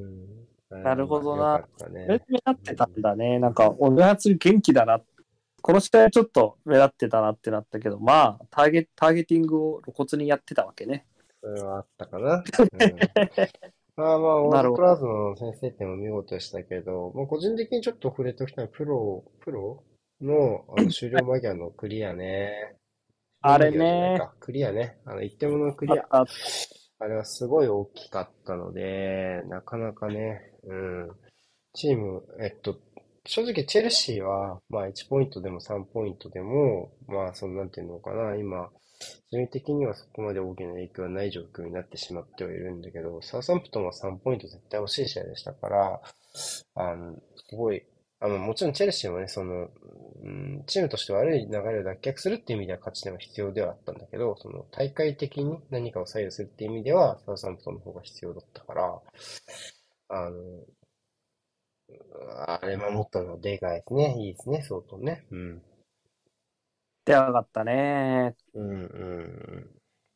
あれなるはまほどな。 あ良かったそれでね。 目立ってたんだね。なんか、おやつ元気だな。この試合ちょっと目立ってたなってなったけど、まあ、ターゲティングを露骨にやってたわけね。 それはあったかな。うん。オーなるほど。 ドプラズマの先制点も見事でしたけど、個人的にちょっと触れておきたいのはプロの、終了間際のクリアね。終了あ間れね、 際じゃないか。クリアね。一点物のクリア。 あった。 あれはすごい大きかったので、なかなかね、チーム、正直チェルシーは、1ポイントでも3ポイントでも、なんていうのかな、今、順位的にはそこまで大きな影響はない状況になってしまってはいるんだけど、サウサンプトンは3ポイント絶対欲しい試合でしたから、すごい、もちろんチェルシーもね、チームとして悪い流れを脱却するっていう意味では勝ち点は必要ではあったんだけど、その大会的に何かを左右するっていう意味では、サウサンプトンの方が必要だったから、あの、あれ守ったのはでかいですね。いいですね、相当ね。うん。 出やがったね。 うんうん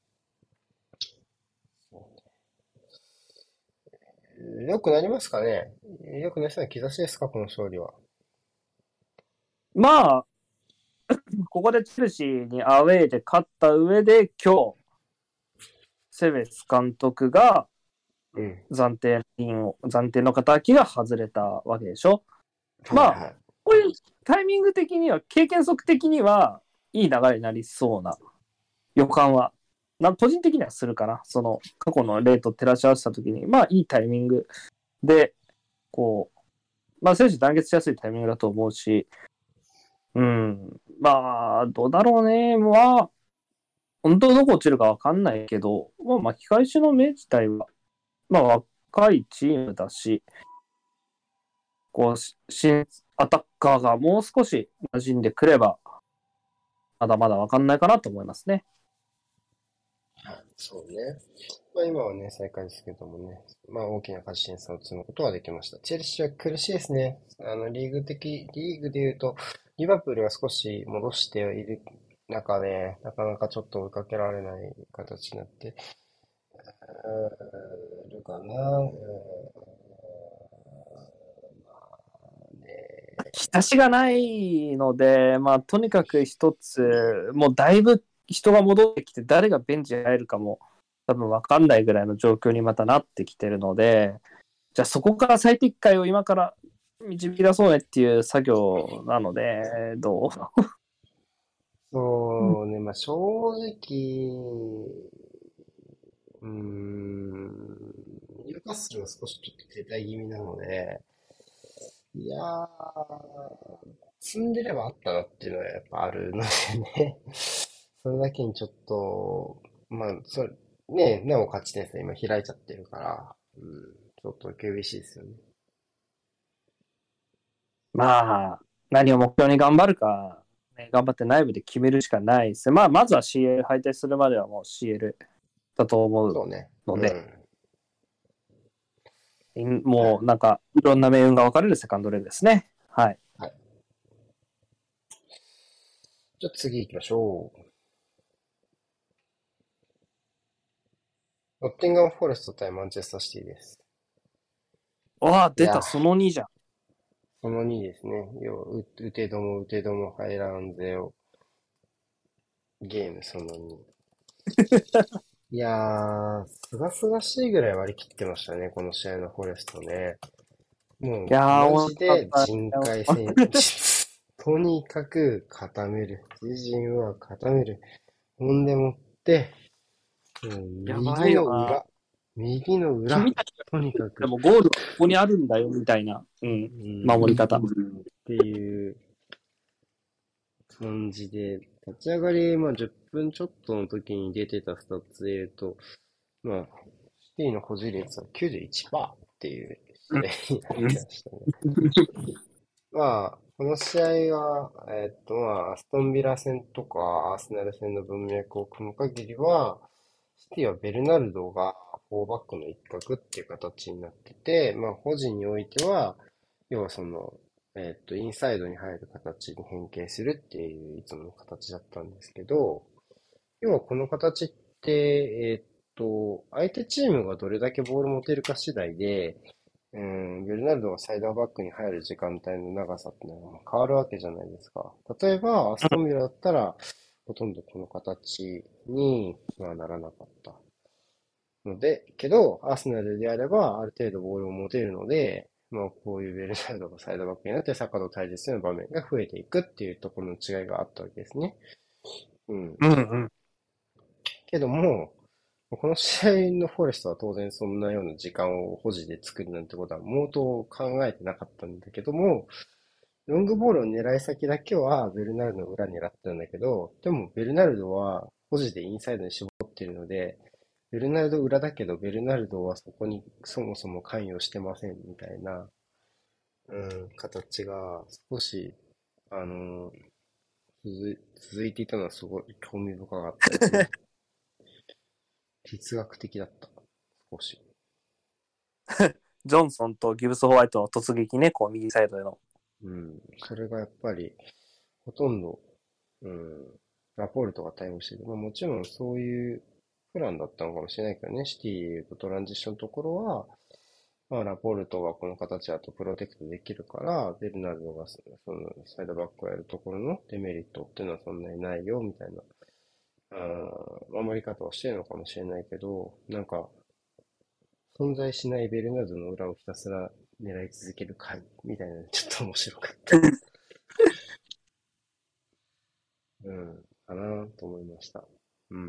うん。よくなりますかね。よくなりそうな兆しですか、この勝利は。 まあ、ここでチェルシーにアウェーで勝った上で、今日、セベス監督がうん。 暫定の敵が外れたわけでしょ。まあ、 はいはい。 こういうタイミング的には、経験則的には、いい流れになりそうな予感は、個人的にはするかな。その、過去の例と照らし合わせたときに、まあ、いいタイミングで、こう、まあ、選手団結しやすいタイミングだと思うし、うん、まあ、どうだろうね。まあ、本当どこ落ちるかわかんないけど、まあ、巻き返しの目自体は、まあ、若いチームだし、こう、 アタッカーがもう少し馴染んでくれば、まだまだわかんないかなと思いますね。 はい、そうね。まあ今はね、最下位ですけどもね、まあ大きな勝ち点差を積むことができました。チェルシーは苦しいですね。リーグで言うと、リバプールが少し戻している中で、なかなかちょっと追いかけられない形になってるかな。ね、 日差しがないので、まあ、とにかく一つ、もうだいぶ人が戻ってきて、誰がベンチに入るかも多分分かんないぐらいの状況にまたなってきてるので、じゃあそこから最適解を今から導き出そうねっていう作業なので、どうそうね、まあ正直、ニューカッスルは少しちょっと停滞気味なので、いや積んでればあったなっていうのはやっぱあるのでね。それだけにちょっと、まあ、なお勝ち点差今開いちゃってるから、ちょっと厳しいですよね。 まあ、何を目標に頑張るか、ね、頑張って内部で決めるしかないですね。まあ、まずは CL 敗退するまではもう CL だと思うそうね。 ので、 うん。 もうなんかいろんな命運が分かれるセカンドレールですね。はい。 はい。じゃあ次行きましょう。ノッティンガム・フォレスト対マンチェスターシティです。 わあ、 いや、 出た、その2じゃん。 その2ですね。要は、打てども入らんぜよ。ゲームその2。いやー、すがすがしいぐらい割り切ってましたね、この試合のフォレストね。もう、 いやー、 マ面ジで白かっ人たよ。 海戦術。とにかく固める。自陣は固める。ほんでもって、もうやばいよな。 右の裏。 君たちがとにかく、 でもゴールはここにあるんだよ、みたいな、うん、 うん、っ守り方。 ていう感じで、立ち上がり、まあ10分ちょっとの時に出てたスタッツで言うと、まあ、シティの保持率は91%っていううん、 試合になっうん、 てましたね。まあ、この試合は、まあ、アストンビラ戦とかアーセナル戦の文脈を組む限りは、シティはベルナルドが4バックの一角っていう形になってて、まあ、保持においては、要はその、インサイドに入る形に変形するっていういつもの形だったんですけど、要はこの形って、相手チームがどれだけボール持てるか次第で、ベルナルドがサイドバックに入る時間帯の長さってのは変わるわけじゃないですか。例えば、アストンビラだったら、ほとんどこの形にはならなかったので、けど、アーセナルであれば、ある程度ボールを持てるので、まあ、こういうベルナルドがサイドバックになってサッカーと対峙する場面が増えていくっていうところの違いがあったわけですね。うん。 うん、うん。 けども、この試合のフォレストは当然そんなような時間を保持で作るなんてことは毛頭考えてなかったんだけども、ロングボールの狙い先だけはベルナルドの裏狙ってたんだけど、でもベルナルドは保持でインサイドに絞っているので、ベルナルド裏だけどベルナルドはそこにそもそも関与してませんみたいな、形が少し、あの続いていたのはすごい興味深かったですね。哲学的だった。少し。 ジョンソンとギブス・ホワイトの突撃ね、こう右サイドでの。 うん。それがやっぱり、ほとんど、ラポルトが対応している。まあもちろんそういうプランだったのかもしれないけどね、シティとトランジッションのところは、まあラポルトがこの形だとプロテクトできるから、ベルナルドがそのサイドバックをやるところのデメリットっていうのはそんなにないよ、みたいな、守り方をしてるのかもしれないけど、なんか、存在しないベルナルドの裏をひたすら狙い続ける回みたいなのちょっと面白かった。かなと思いました。うん。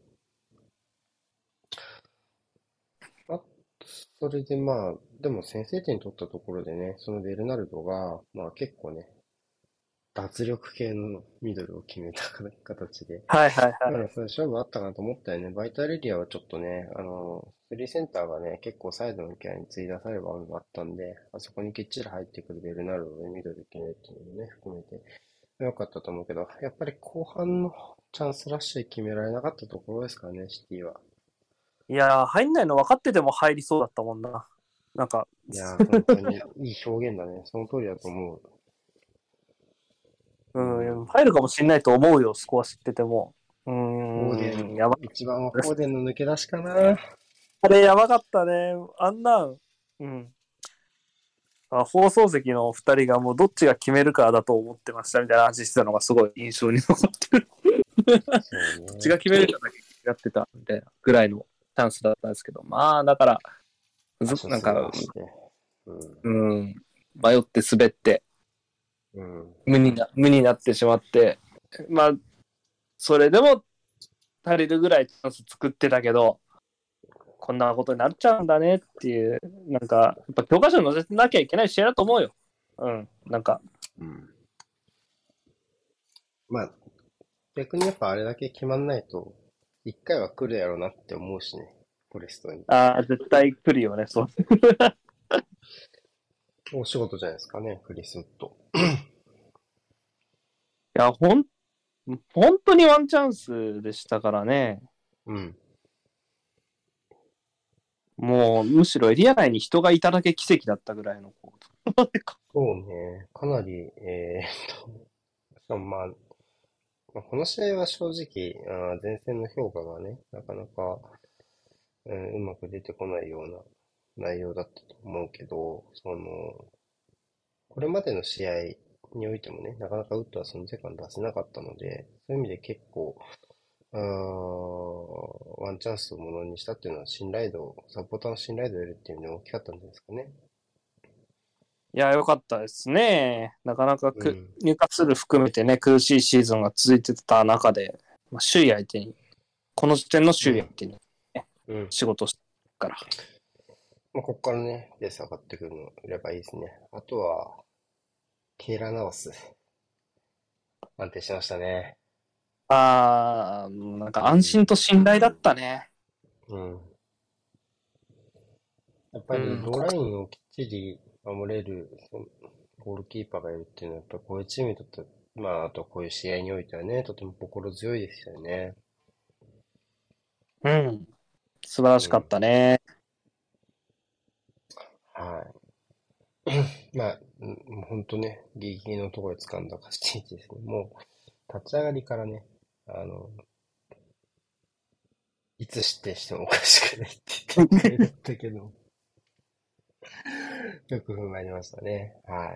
あ、それでまあ、でも先制点取ったところでね、そのベルナルドが、まあ結構ね、 脱力系のミドルを決めた形で。 はいはいはい。 だからそれ勝負あったかなと思ったよね。バイタルエリアはちょっとね、スリーセンターがね、結構サイドのケアに費やされる場面があったんで、あそこにきっちり入ってくるベルナルドでミドル決めるっていうのもね、含めて良かったと思うけど、やっぱり後半のチャンスラッシュで決められなかったところですからね、シティは。 いやー、入んないの分かってても入りそうだったもんな。なんか、 いやー、本当にいい表現だね。その通りだと思う。 入るかもしんないと思うよ、スコア知ってても。 フォーデン、 やば。 一番はフォーデンの抜け出しかな。 あれやばかったね。あんなん、放送席の2人がもうどっちが決めるかだと思ってましたみたいな話してたのがすごい印象に残ってる。 そうね。 どっちが決めるかだけやってたみたいなぐらいのチャンスだったんですけど、まあだから、なんか、迷って滑って、無になってしまって、まあ、それでも足りるぐらいチャンス作ってたけど、こんなことになっちゃうんだねっていう、なんか、やっぱ教科書に載せなきゃいけない試合だと思うよ。なんか。 まあ、逆にやっぱあれだけ決まんないと、一回は来るやろうなって思うしね、フォレストに。 絶対来るよね、そう。 お仕事じゃないですかね、クリスウッド。 いや、本当にワンチャンスでしたからね。もう、むしろエリア内に人がいただけ奇跡だったぐらいの。 そうね、かなり、しかもこの試合は正直、前線の評価がね、なかなか、うまく出てこないような内容だったと思うけど、これまでの試合においてもね、なかなかウッドは存在感出せなかったので、そういう意味で結構、ワンチャンスをものにしたっていうのはサポーターの信頼度を得るっていうのは大きかったんじゃないですかね。 いや、よかったですね。なかなか入荷する含めてね、苦しいシーズンが続いてた中で、首位相手に、この時点の首位相手に、仕事してから。 ここからね、ペース上がってくるのればいいですね。あとは、ケイラーナバス。安定しましたね。 なんか安心と信頼だったね。 やっぱりローラインをきっちり守れるゴールキーパーがいるっていうのは、やっぱこういうチームにとって、あとこういう試合においてはね、とても心強いですよね。 素晴らしかったね。 はい。本当ね、ギリギリのところで掴んだ勝ちですね。もう、立ち上がりからね、いつ失点してもおかしくないっていう展開だったけど、よく踏ん張りましたね。はい。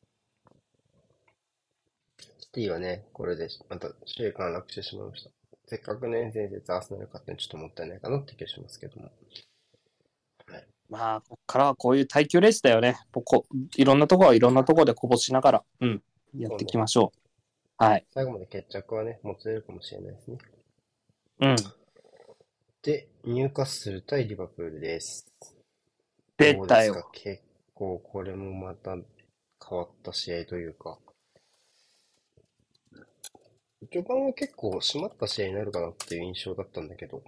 シティはね、これでまた首位陥落してしまいました。せっかくね、前節アーセナル勝ったのにちょっともったいないかなって気がしますけども。 はい、ここからはこういう耐久レースだよね。いろんなところはいろんなところでこぼしながら、やっていきましょう。はい。 最後まで決着はね、もつれるかもしれないですね。で、ニューカッスル対リバプールです。 出たよ。 どうですか？結構これもまた変わった試合というか。序盤は結構締まった試合になるかなっていう印象だったんだけど。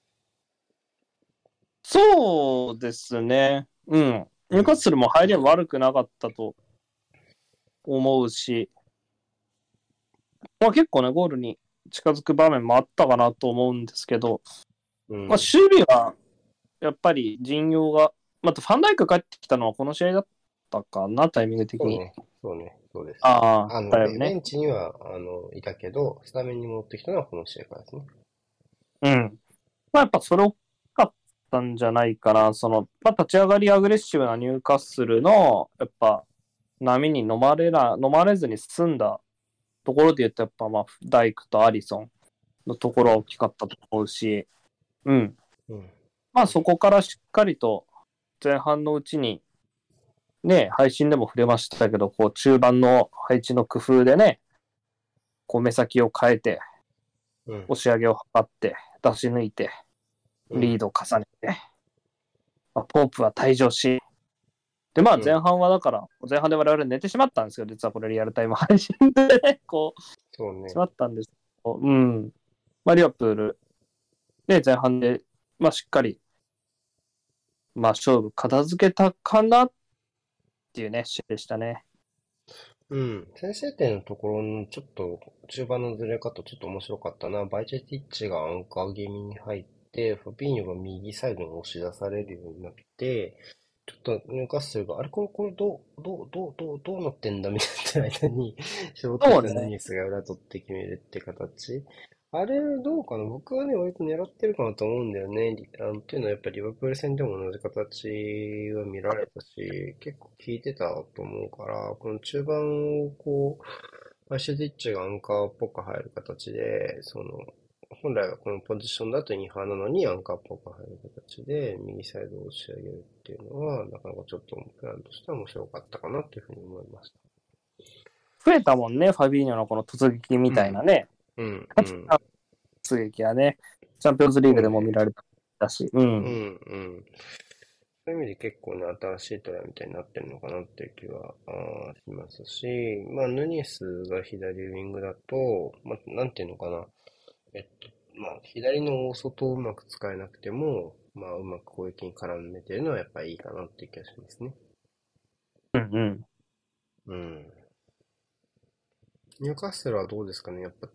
そうですね。ニューカッスルも入りは悪くなかったと思うし、結構ね、ゴールに近づく場面もあったかなと思うんですけど、守備はやっぱり陣容が、またファンダイク帰ってきたのはこの試合だったかな、タイミング的に。 そうです。 ベンチには、いたけど、スタメンに戻ってきたのはこの試合からですね。 やっぱそれ大きかったんじゃないかな。立ち上がりアグレッシブなニューカッスルの、やっぱ、波に飲まれずに済んだところで言うと、やっぱダイクとアリソンのところは大きかったと思うし、そこからしっかりと前半のうちに、ね、配信でも触れましたけど、こう中盤の配置の工夫でね、こう目先を変えて、押し上げを図って、出し抜いて、リードを重ねて、ポープは退場し、 で、まあ前うん。 半はだから、前半で我々寝てしまったんですよ。実はこれリアルタイム配信でね、こう、しそうね。 まったんですけど、うん。まあリバプール、ね、前半で、まあしっかり、まあ勝負片付けたかなっていうね、試合でしたね。 うん。先制点のところのちょっと中盤のずれ方ちょっと面白かったな。バイチェティッチがアンカー気味に入って、ファビーニョが右サイドに押し出されるようになって、ちょっとニューカッスルが、あれこれどうなってんだみたいな間に、絞ってきたヌそうね。 ニエスが裏取って決めるって形。あれ、どうかな僕はね、割と狙ってるかなと思うんだよね。っていうのはやっぱりリバプール戦でも同じ形は見られたし、結構効いてたと思うから、この中盤をこう、アシュディッチがアンカーっぽく入る形で、本来はこのポジションだとインハーなのにアンカーっぽく入る形で、右サイドを押し上げるっていうのは、なかなかちょっとプランとしては面白かったかなというふうに思いました。 増えたもんね、ファビーニョのこの突撃みうん、 たいなね。 うん、うん。 突撃はね、チャンピオンズリーグでも見そうね。 られたし、うん。 うん、うん。そういう意味で結構ね、新しいトライみたいになってるのかなっていう気はしますし、まあ、ヌニエスが左ウィングだと、まあ、なんていうのかな。えっと、まあ、左の大外をうまく使えなくても、まあ、うまく攻撃に絡めてるのはやっぱりいいかなっていう気がしますね。 うんうん。 うん。ニューカッスルはどうですかねやっぱ、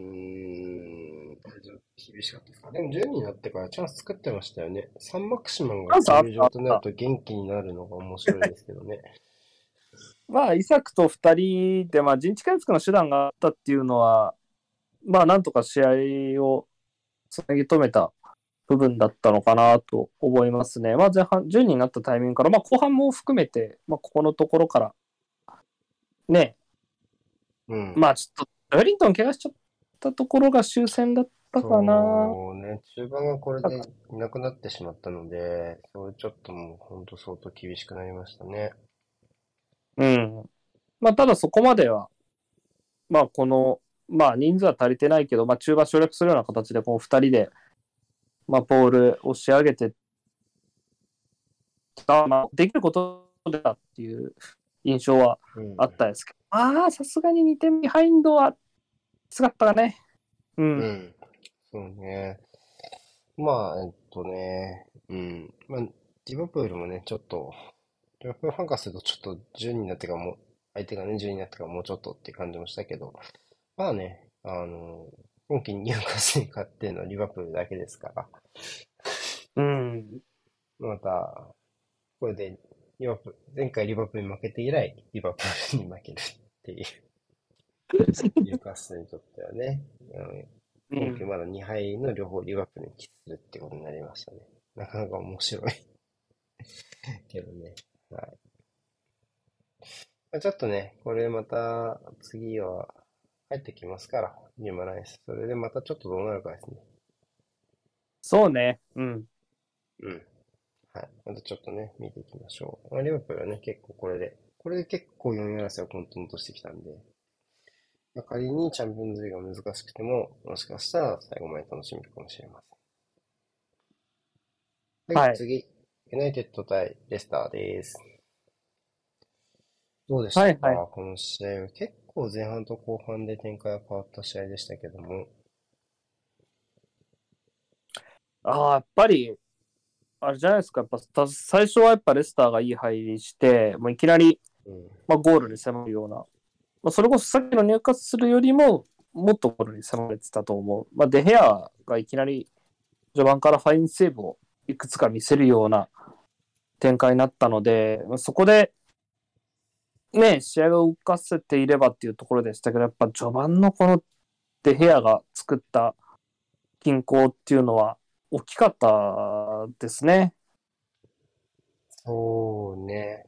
厳しかったですかでも10になってからチャンス作ってましたよね。サンマクシマンがチャンスあっこういうたあった。 状態になると元気になるのが面白いですけどね。 まあ、イサクと二人で、まあ、陣地回復の手段があったっていうのは、まあ、なんとか試合をつなぎ止めた部分だったのかなと思いますね。まあ、前半10になったタイミングから、まあ、後半も含めて、まあ、ここのところからね、 うん。 まあ、ちょっと、ウェリントン怪我しちゃったところが終戦だったかな。 そうね、中盤がこれでいなくなってしまったので、それちょっともう本当相当厳しくなりましたね。 うん。まあ、ただそこまでは、まあ、この、まあ、人数は足りてないけど、まあ、中盤省略するような形で、この二人で、まあ、ボールを仕上げてまあ、できることだっていう印象はうん。 あったんですけど、まあ、さすがに2点ビハインドはきつかったかね。うん。 うん。そうね。まあ、うん。まあ、リバプールもね、ちょっと、リバプールファンからするとちょっと10になってからもう、相手がね、10になってからもうちょっとって感じもしたけど、まあね、今季ニューカッスルに勝ってるのはリバプールだけですから、 うん。 また、これで、前回リバプールに負けて以来、リバプールに負けるっていう、ニューカッスルにとってはね、今季うん。 まだ2敗の両方リバプールに喫するってことになりましたね。なかなか面白いけどね。はい。まあ、ちょっとね、これまた次は入ってきますから、ニューマライス。それでまたちょっとどうなるかですね。 そうね。うん。 うん。はい。またちょっとね、見ていきましょう。まあ、リバプールはね、結構これで結構4位争いを混沌としてきたんで、まあ仮にチャンピオンズリーグが難しくても、もしかしたら最後まで楽しめるかもしれません。はい、 はい。 次。ユナイテッド対レスターです。どうでしたはいはい。 かこの試合は。結構前半と後半で展開が変わった試合でしたけども。 ああ、やっぱり、あれじゃないですか。やっぱ最初はやっぱレスターがいい入りして、もういきなり、 うん。 まあ、ゴールに迫るような、まあ、それこそさっきの入荷するよりも、もっとゴールに迫れてたと思う。まあ、デヘアがいきなり序盤からファインセーブをいくつか見せるような展開になったので、そこでね、試合が動かせていればっていうところでしたけど、やっぱ序盤のこのデヘアが作った均衡っていうのは大きかったですね。 そうね。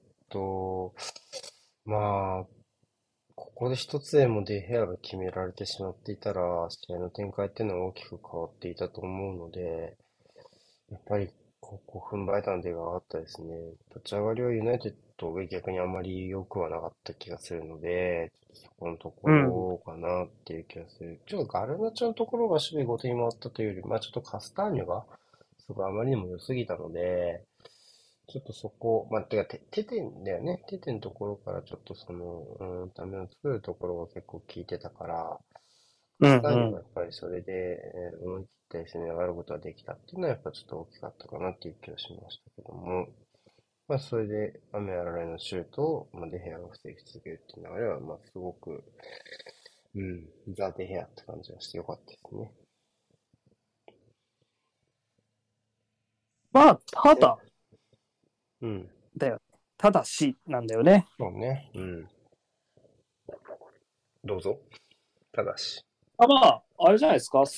まあ、ここで一つでもデヘアが決められてしまっていたら、試合の展開っていうのは大きく変わっていたと思うので、やっぱり、ここ踏ん張れたのではあったですね。立ち上がりはユナイテッドが逆にあまり良くはなかった気がするので、そこのとこうん。 ろかなっていう気がする。ちょっとガルナチョのところが守備後手に回ったというより、まあちょっとカスターニョが、すごいあまりにも良すぎたので、 ちょっとそこ、まあ、てか、手点だよね。手点のところからちょっとダメを作るところが結構効いてたから、 うんスターにうん。 はやっぱりそれで、思い切ったり攻め上がることができたっていうのはやっぱちょっと大きかったかなっていう気がしましたけども、まあ、それで、雨あられのシュートを、まあ、デヘアが防ぎ続けるっていう流れは、まあ、すごく、うん、ザ・デヘアって感じがしてよかったですね。 まあ、たせ、 だうん、 だよ。ただし、なんだよね。 そうね、うん、どうぞ。ただし。 まあ、あれじゃないですか、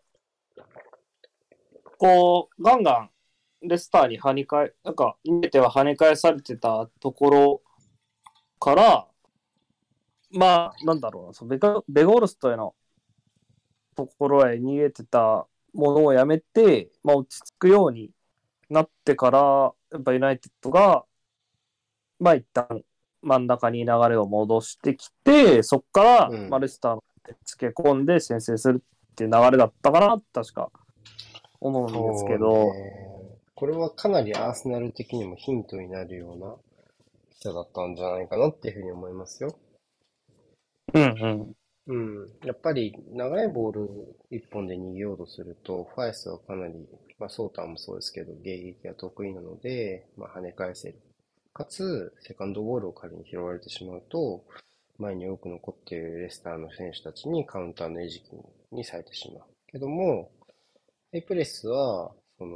こう、ガンガン、レスターに跳ね返、なんか、逃げては跳ね返されてたところから、まあ、なんだろうな、ベゴールストへのところへ逃げてたものをやめて、まあ、落ち着くようになってから、やっぱユナイテッドが、まあ、一旦真ん中に流れを戻してきて、そこから、まあ、 うん。 レスターのつけ込んで先制するっていう流れだったかな、確か思うんですそうけど、 ね。これはかなりアーセナル的にもヒントになるような人だったんじゃないかなっていうふうに思いますよ。 うんうん。 うん。やっぱり長いボール一本で逃げようとすると、ファイスはかなり、まあソーターもそうですけど、迎撃が得意なので、まあ跳ね返せる。かつ、セカンドボールを仮に拾われてしまうと、前に多く残っているレスターの選手たちにカウンターの餌食にされてしまう。けども、ハイプレスは、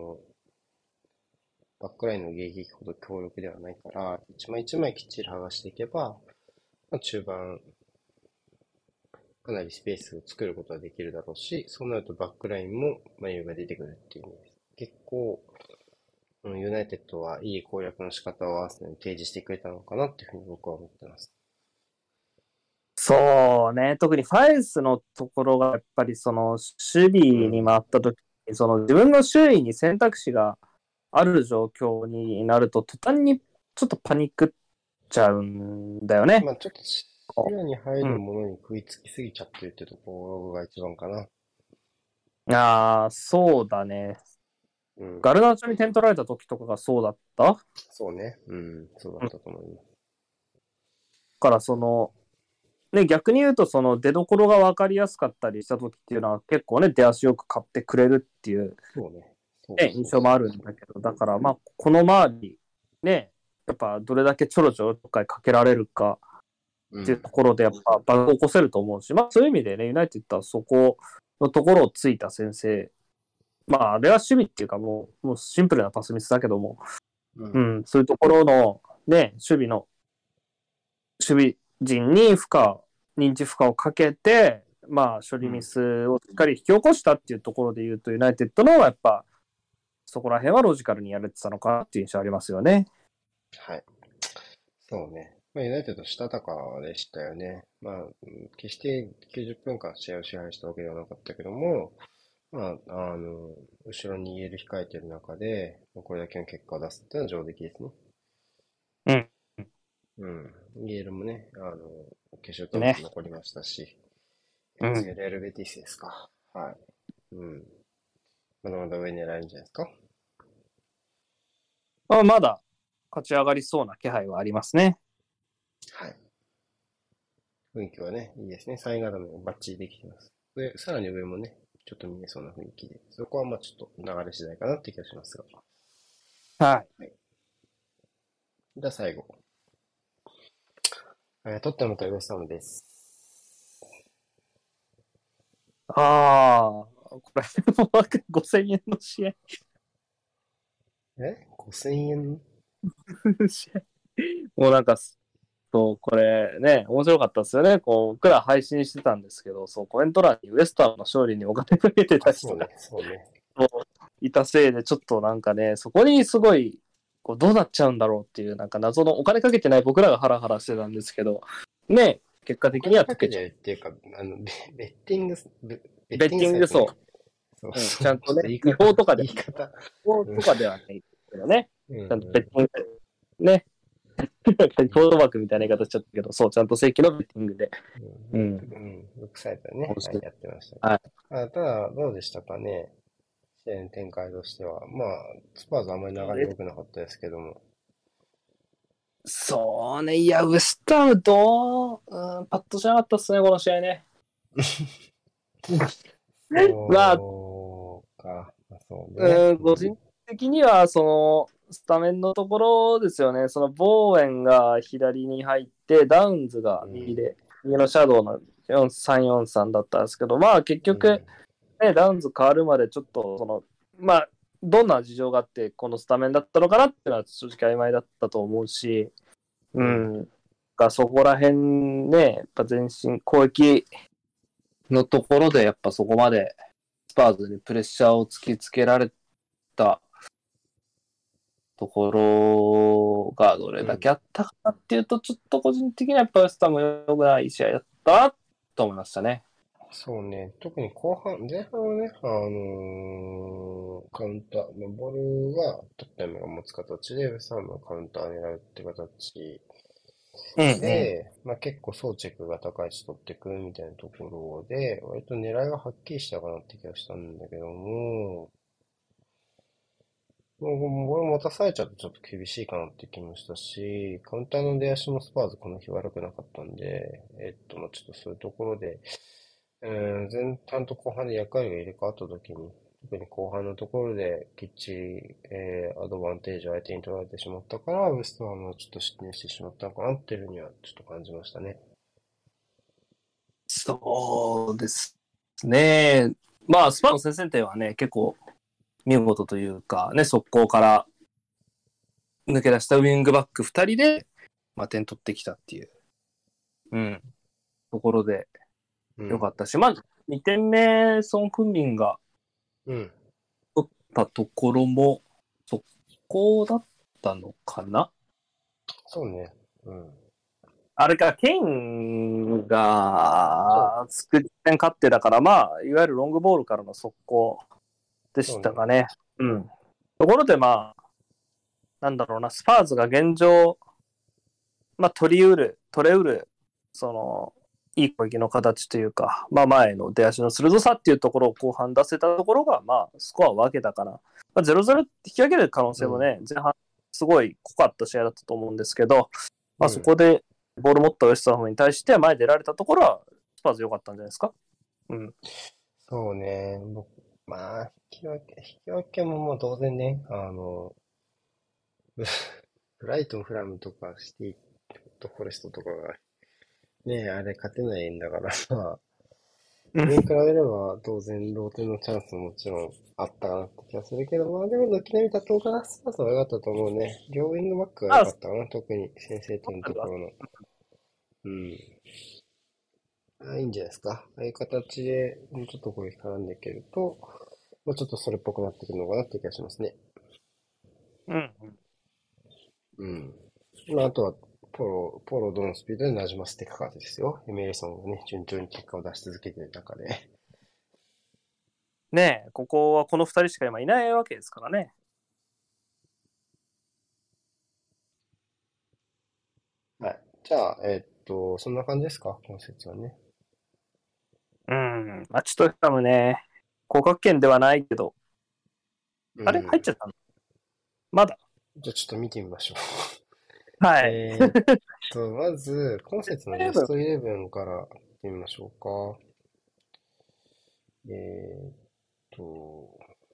バックラインの迎撃ほど強力ではないから、一枚一枚きっちり剥がしていけば、まあ、中盤、かなりスペースを作ることができるだろうし、そうなるとバックラインも眉が出てくるっていう意味です。結構、ユナイテッドはいい攻略の仕方をアーセナルに提示してくれたのかなっていうふうに僕は思ってます。 そうね、特にファイスのところがやっぱり守備にうん。 回った時に、自分の周囲に選択肢がある状況になると、途端にちょっとパニックっちゃうんだよね。 まあちょっと視野に入うん。 るものに食いつきすぎちゃってるってところが一番かな。 ああ、そうだね。 うん。 ガルナチョに点取られた時とかがそうだった。 そうね。うん。そうだうん。だったと思います。 からね、逆に言うと、出所が分かりやすかったりした時っていうのは結構ね、出足よく買ってくれるっていう、 そうね。そうね、印そう象もあそうそるんだけど、だからまあ、この周り、ね、やっぱどれだけちょろちょろとかかけられるかう。うっていうん。 ところで、やっぱバグを起こせると思うし、まあそういう意味でね、ユナイテッドはそこのところをついた先生、まああれは守備っていうかもうシンプルなパスミスだけども、 うん。 うん、そういうところのね、守備陣に認知負荷をかけて、まあ、処理ミうん。 スをしっかり引き起こしたっていうところで言うと、ユナイテッドのやっぱ、そこら辺はロジカルにやれてたのかなっていう印象ありますよね。 はい。そうね。まあ、ユナイテッドしたたかでしたよね。まあ、決して90分間試合を支配したわけではなかったけども、まあ、後ろにイエル控えてる中で、これだけの結果を出すっていうのは上出来ですね。 うん。 うん。イエルもね、決勝トーナメンね。 ト残りましたし、次はうん。 レアルベティスですか。はい。うん。まだまだ上狙えるんじゃないですか。 まあ、まだ勝ち上がりそうな気配はありますね。 はい。雰囲気はね、いいですね。3位固めもバッチリできてます。で、さらに上もね、ちょっと見えそうな雰囲気で、そこはまあちょっと流れ次第かなって気がしますが。 はい。 はい。じゃあ最後。トッテナムとウエストハムです。 ああ、これ、もう5000円の試合。 5000円試合もうなんか、そう、これね、面白かったですよね。こう、僕ら配信してたんですけど、そう、コメント欄にウエスタンの勝利にお金かけてあ、 た人がそうね、そうね。 いたせいで、ちょっとなんかね、そこにすごい、どうなっちゃうんだろうっていう、なんか謎のお金かけてない僕らがハラハラしてたんですけど、ね、結果的にお金かけは解けちゃう。 てるっていうか、ベッティング、ベッティングベッティングでサイトね。 そそうう、うん、 そう。 ちゃんとね、 ちょっと言い違法方、 とかで、違言い方。うん、 法とかではないけどね、 うん、 ちゃんとベッうティングで、ね、トートバックみたいな言い方しちゃったけど、そう、ちゃんと正規のベッティングで、 ん。 うん、 うん、ウェブサイトでね、はい、 面白い。 やってました。 はい。 ただ、どうでしたかね。試合の展開としては。まあ、スパーズあんまり流れ良くなかったですけども。 そうね、いや、ウエストハムパッとしなかったっすね、この試合ね。まあ、 そうか。そうね。 個人的には、スタメンのところですよね。ボーエンが左に入って、ダウンズがうん。 右で、右のシャドウの343だったんですけど、まあ結局、 うん。 ね、ダウンズ変わるまでちょっと、まあ、どんな事情があって、このスタメンだったのかなっていうのは正直曖昧だったと思うし、ううん。 ん。そこら辺ね、やっぱ前進、攻撃のところで、やっぱそこまでスパーズにプレッシャーを突きつけられたところがどれうん。 だけあったかなっていうと、ちょっと個人的にはやっぱウェスタム良くない試合だったなと思いましたね。 そうね。特に後半、前半はね、カウンター、まあボールはトッテナムが持つ形で、ウェストハムがカウンターを狙うって形うんうん。 で、まあ結構装着が高い位置取っていくみたいなところで、割と狙いがはっきりしたかなって気がしたんだけども、もうボール持たされちゃうとちょっと厳しいかなって気もしたし、カウンターの出足もスパーズこの日悪くなかったんで、まあちょっとそういうところで、前半と後半で役割が入れ替わった時に、特に後半のところできっちり、アドバンテージを相手に取られてしまったから、ウエストハムはちょっと失点してしまったのかなっていうふうにはちょっと感じましたね。 そうですね。まあ、スパーの先制点はね、結構見事というか、ね、速攻から抜け出したウィングバック2人で、まあ、点取ってきたっていう、うん、ところでうん。 よかったし、まあ、2点目、ソン・フンミンがうん。 取ったところも、速攻だったのかな。 そうね。うん。 あれか、ケインそが作り点勝ってだから、まあ、いわゆるロングボールからの速攻でそうね。 したかね。うん。ところで、まあ、なんだろうな、スパーズが現状、まあ、取れうる、その、いい攻撃の形というか、まあ、前の出足の鋭さっていうところを後半出せたところが、まあ、スコアを分けたかな。まあ、0-0って引き分ける可能うん。 性もね、前半、すごい濃かった試合だったと思うんですけど、まあ、そうん。 こでボール持ったウエストハムに対して前出られたところは、スパーズ良かったんじゃないですか。うん。 そうね。まあ、引き分けももう当然ね、ブライトン、フラムとかシティとフォレストとかがね、あれ勝てないんだから、まあ、 うん。 それに比べれば当然同点のチャンスももちろんあったかなって気がするけど、まあでも軒並み妥当かな。スパーズは良かったと思うね。両ウィングバックが良あ、 かったかな。特に先制点のところの。うん。いいんじゃないですか。ああいう形で、もうちょっと攻撃絡んでいけると、もうちょっとそれっぽくなってくるのかなって気がしますね。 うん。 うん。まあ、あとは、ポロをどのスピードで馴染ませていくかですよ。エメリソンがね、順調に結果を出し続けている中で。 ねえ、ここはこの2人しか今いないわけですからね。 はい。じゃあ、そんな感じですか、今節はね。 うん。まあ、ちょっと多分ね、降格圏ではないけど、あれ入っうん。 ちゃったのまだ。 じゃあちょっと見てみましょう。 はい。 まず、今節のベストイレブンから見てみましょうか。えーっと、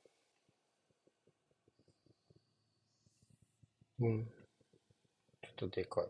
うん、ちょっとでか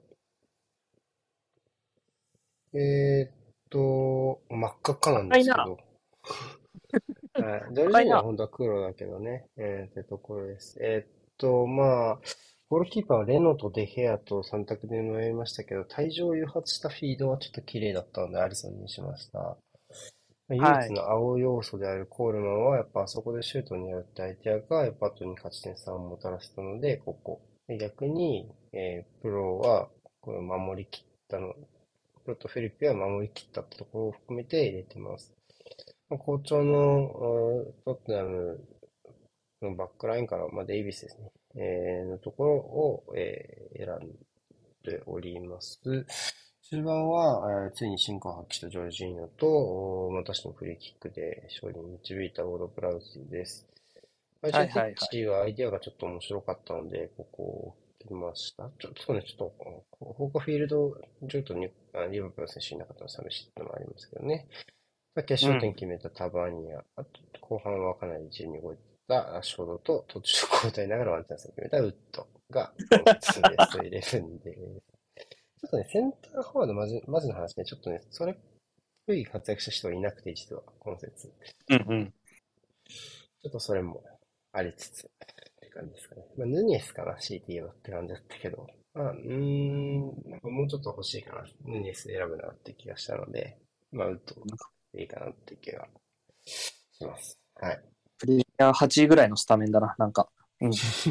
い。真っ赤っかなんで赤いな。 すけど、はい。ジョルジ赤いな。 ーニョは本当は黒だけどね。ってところです。まあ、ゴールキーパーはレノとデヘアと3択で迷いましたけど、退場を誘発したフィードはちょっと綺麗だったので、アリソンにしました。まあ唯はい。 一の青要素であるコールマンは、やっぱあそこでシュートによって相手が、やっぱ後に勝ち点3をもたらしたので、ここ。で逆に、プロは、これ守り切ったの、プロとフェリペは守り切ったってところを含めて入れてます。まあ好調のトッテナムのバックラインから、まあ、デイビスですね。のところを、選んでおります。中盤は、ついに進化を発揮したジョルジーニョと、またしてもフリーキックで勝利に導いたオードプラウスです。最終的はいはいはい。 にはアイデアがちょっと面白かったので、ここをきました。そうね、ちょっと、ホーカフィールド、ちょっとリバプール選手いなかったの寂しいってのもありますけどね。決勝点決めたタバニア、あと後半はかなり自由に動いたショートと途中交代ながらワンチャンスを決めたウッドが今節ベストイレブンです。ちょっとね、センターフォワードマジの話ね、ちょっとね、それっぽい活躍した人はいなくて、実は、今節。 うんうん。 ちょっとそれもありつつ、って感じですかね。まあ、ヌニエスかな、強いて言えばって感じだったけど、まあ、なんかもうちょっと欲しいかな、ヌニエス選ぶなって気がしたので、まあ、ウッドでいいかなって気がします。はい。 プレミア8位ぐらいのスタメンだな、なんか。うん。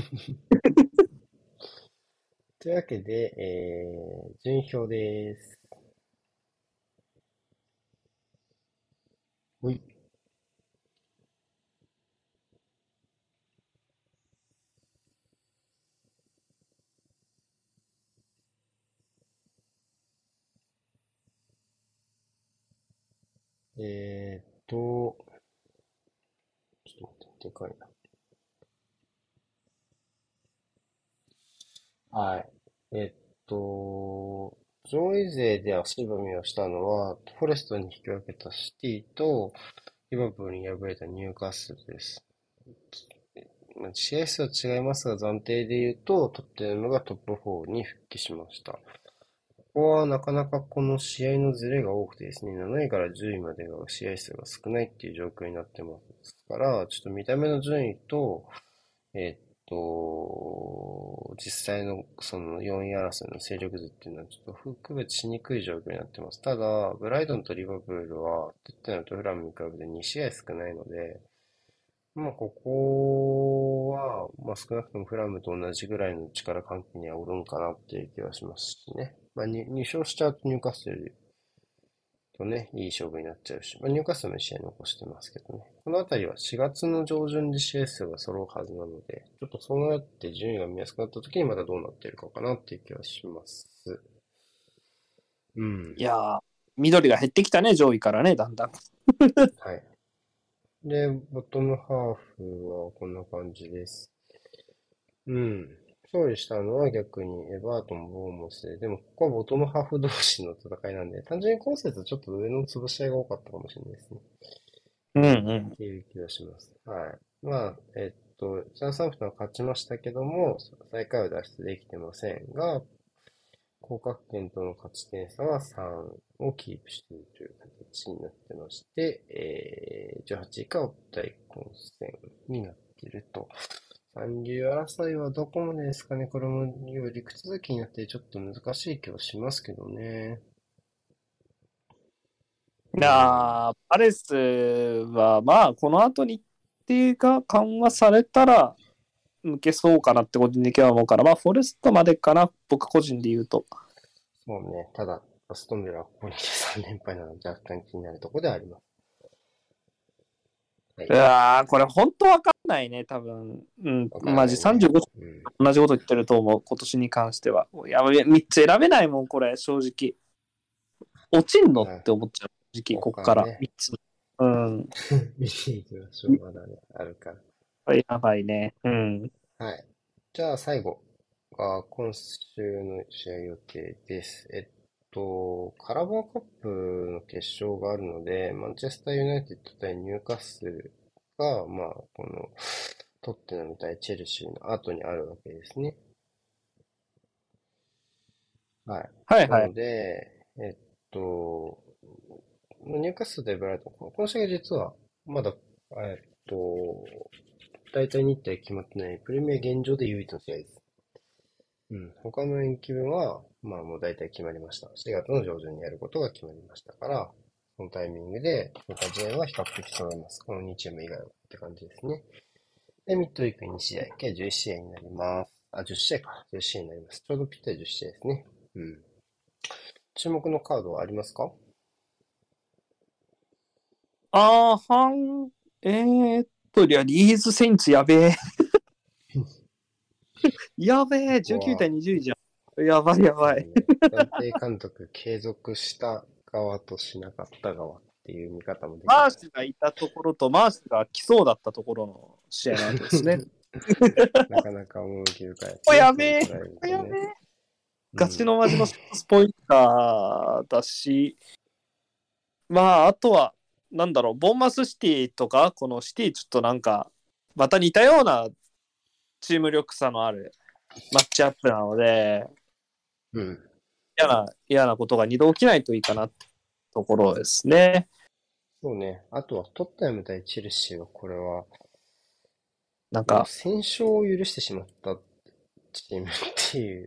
というわけで、順位表です。ほい。ちょっと待って、でかいな。はい。上位勢で足踏みをしたのは、フォレストに引き分けたシティと、リバプールに敗れたニューカッスルです。まあ試合数は違いますが、暫定で言うと、トッテナムがトップ4に復帰しました。ここはなかなかこの試合のズレが多くてですね、7位から10位までが試合数が少ないっていう状況になってますから、ちょっと見た目の順位と、実際のその4位争いの勢力図っていうのはちょっと区別しにくい状況になってます。ただ、ブライトンとリバプールは、トッテナムとフラムに比べて2試合少ないので、まあ、ここは、まあ、少なくともフラムと同じぐらいの力関係にはおるんかなっていう気はしますしね。まあ、2勝しちゃうとニューカッスルとね、いい勝負になっちゃうし、まあ、ニューカッスルも1試合残してますけどね。このあたりは4月の上旬で試合数が揃うはずなので、ちょっとそうなって順位が見やすくなった時にまたどうなっているかかなっていう気はします。うん。 いやー、緑が減ってきたね、上位からね、だんだん。 はい。で、ボトムハーフはこんな感じです。うん。勝利したのは逆にエバートン、ボーモスで、でもここはボトムハーフ同士の戦いなんで、単純に今節ちょっと上の潰し合いが多かったかもしれないですね。 うんうん。 っていう気がします。はい。まあ、ジャンサンプトンは勝ちましたけども、最下位を脱出できてませんが、降格圏との勝ち点差は3をキープしているという形になってまして、18位以下は大混戦になっていると。残留争いはどこまでですかね。これも陸続きになってちょっと難しい気はしますけどね。 いうん。 やー、パレスは、まあ、この後日程が緩和されたら、抜けそうかなって個人的には思うから、まあ、フォレストまでかな、僕個人で言うと。 そうね。ただ、アストンビラはここに来て3連敗なので若干気になるところではあります。はい。 いやー、これ本当わかんないね、多分。うん、 わからマジないね。 35 うん。 同じこと言ってると思う、今年に関しては。やべ、3つ選べないもん、これ、正直。落ちんのっまあ、 て思っちゃう、正直、こっから他ね、 3つ。うん。 見ていきましょう。まだね、あるから。 やばいね。うん。 はい。じゃあ最後が今週の試合予定です。カラバーカップの決勝があるので、マンチェスターユナイテッド対ニューカッスルが、まあ、このトッテナム対チェルシーの後にあるわけですね。はい。なのはいはい。 で、ニューカッスル対ブライトン、この試合実はまだ、えっと、大体日程決まってないプレミア現状で唯一の試合です。うん。他の延期分は、まあもう大体決まりました。4月の上旬にやることが決まりましたから、そのタイミングで、他試合は比較的揃います。この2チーム以外はって感じですね。で、ミッドウィーク2試合、計11試合になります。あ、10試合か。10試合になります。ちょうどぴったり10試合ですね。うん。注目のカードはありますか？ はん、いや、リーズ・セインツやべえ。やべえ、19 ここは、 対20じゃん。やばいやばい。 そうね、暫定監督継続した側としなかった側っていう見方もできマーます。 シュがいたところと、マーシュが来そうだったところの試合なわけですね。 なかなか趣深いですここね。 やべえ、 そう捉えるこことやね。 べえ。ガチのマジのスポインターだし、まあ、あとは、なんだろう、ボンマスシティとか、このシティちょっとなんか、また似たようなチーム力差のあるマッチアップなので、 うん。 嫌なことが二度起きないといいかなってところですね。 そうね。あとはトッテナム対チェルシーは、これは、もうなんか、 戦勝を許してしまったチームっていう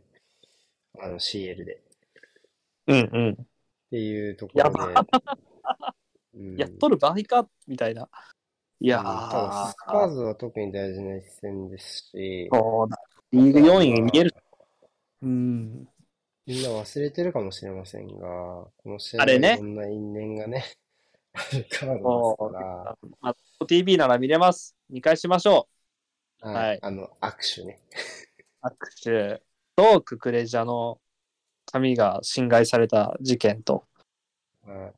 、CL で。っうんうん。 ていうとこやば、 ろで、うやっん。 とる場合かみたいな。いやうん、ただ、 ー、 スパーズは特に大事な一戦ですし、 そうだ。 あとはリーグ4位に見える。 まあ、 うん。 みんな忘れてるかもしれませんが、この試合あれね。 はいろんな因縁がね、あるカードですかもら、 う、まあ、TV なら見れます。2回しましょう。 はい、 はい。 握手ね。 握手とククレジャの髪が侵害された事件と。 はい。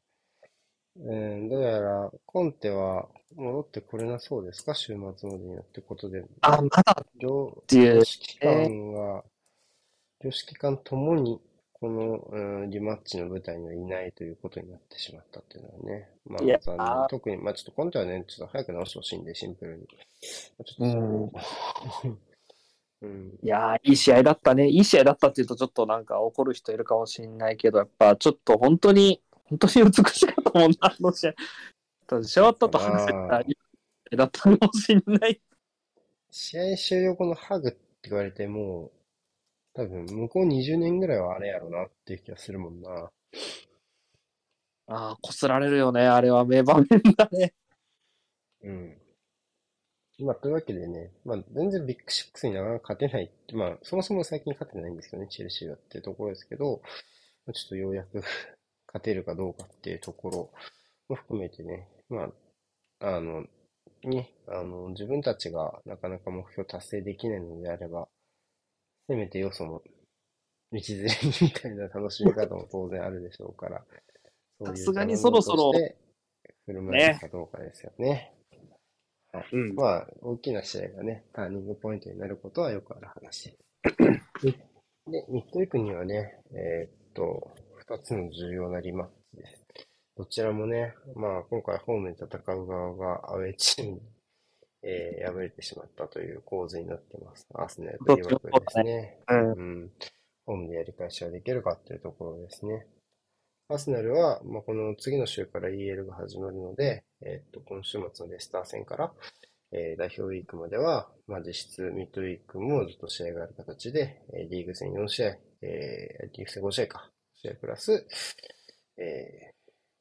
どうやら、コンテは戻ってこれなそうですか、週末までにはってことで、 あ、まだっ両、 ていう。 両指揮官が、両指揮官ともに、この、リマッチの舞台にはいないということになってしまったっていうのはね、まいやあ残念。特に、まあちょっとコンテはね、ちょっと早く直してほしいんで、シンプルに。ちょっとうん。 そこを、うん、 いやー、いい試合だったね。いい試合だったっていうと、ちょっとなんか怒る人いるかもしれないけど、やっぱちょっと本当に美しかったもんな、あの試合。シャワッタかと話せたな。 いい試合だったかもしれない。 試合終了後のハグって言われても、多分向こう20年ぐらいはあれやろなっていう気がするもんな。 ああ、こすられるよね。あれは名場面だね。 うん。まあ、というわけでね、まあ、全然ビッグシックスになかなか勝てないって、まあ、そもそも最近勝てないんですけどね、チェルシーはっていうところですけど、まあちょっとようやく勝てるかどうかっていうところも含めてね、まあ、自分たちがなかなか目標達成できないのであれば、せめてよその道連れみたいな楽しみ方も当然あるでしょうから、そういうさすがにそ頼もうろそろとして振る舞えるね。 かどうかですよね。はい。 うん。 まあ、大きな試合がね、ターニングポイントになることはよくある話です。で、ミッドウィークにはね、二つの重要なリマッチです。どちらもね、まあ、今回ホームで戦う側がアウェーチームに、敗れてしまったという構図になってます。アーセナルとどっちもリバプールでそうだね。 すね。 うん。 うん。ホームでやり返しはできるかっていうところですね。アーセナルは、まあ、この次の週から EL が始まるので、今週末のレスター戦から、代表ウィークまでは、まあ、実質ミッドウィークもずっと試合がある形で、リーグ戦4試合、リーグ戦5試合か、試合プラス、え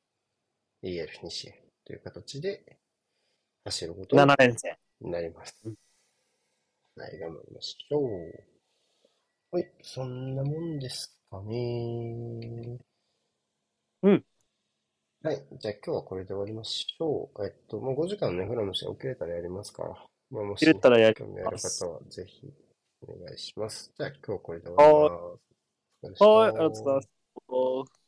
EL2 試合という形で走ることに 7連戦。 なります。はい、頑張りましょう。はい、そんなもんですかね。 うん。 はい。じゃあ今日はこれで終わりましょう。もう5時間ね、フラムして起きれたらやりますから。まあ、も切れしね、 たらやり興味ある方ます。 はぜひお願いします。じゃあ今日はこれで終わりはます。お疲れ様でーい。はい、ありがとうございました。 す。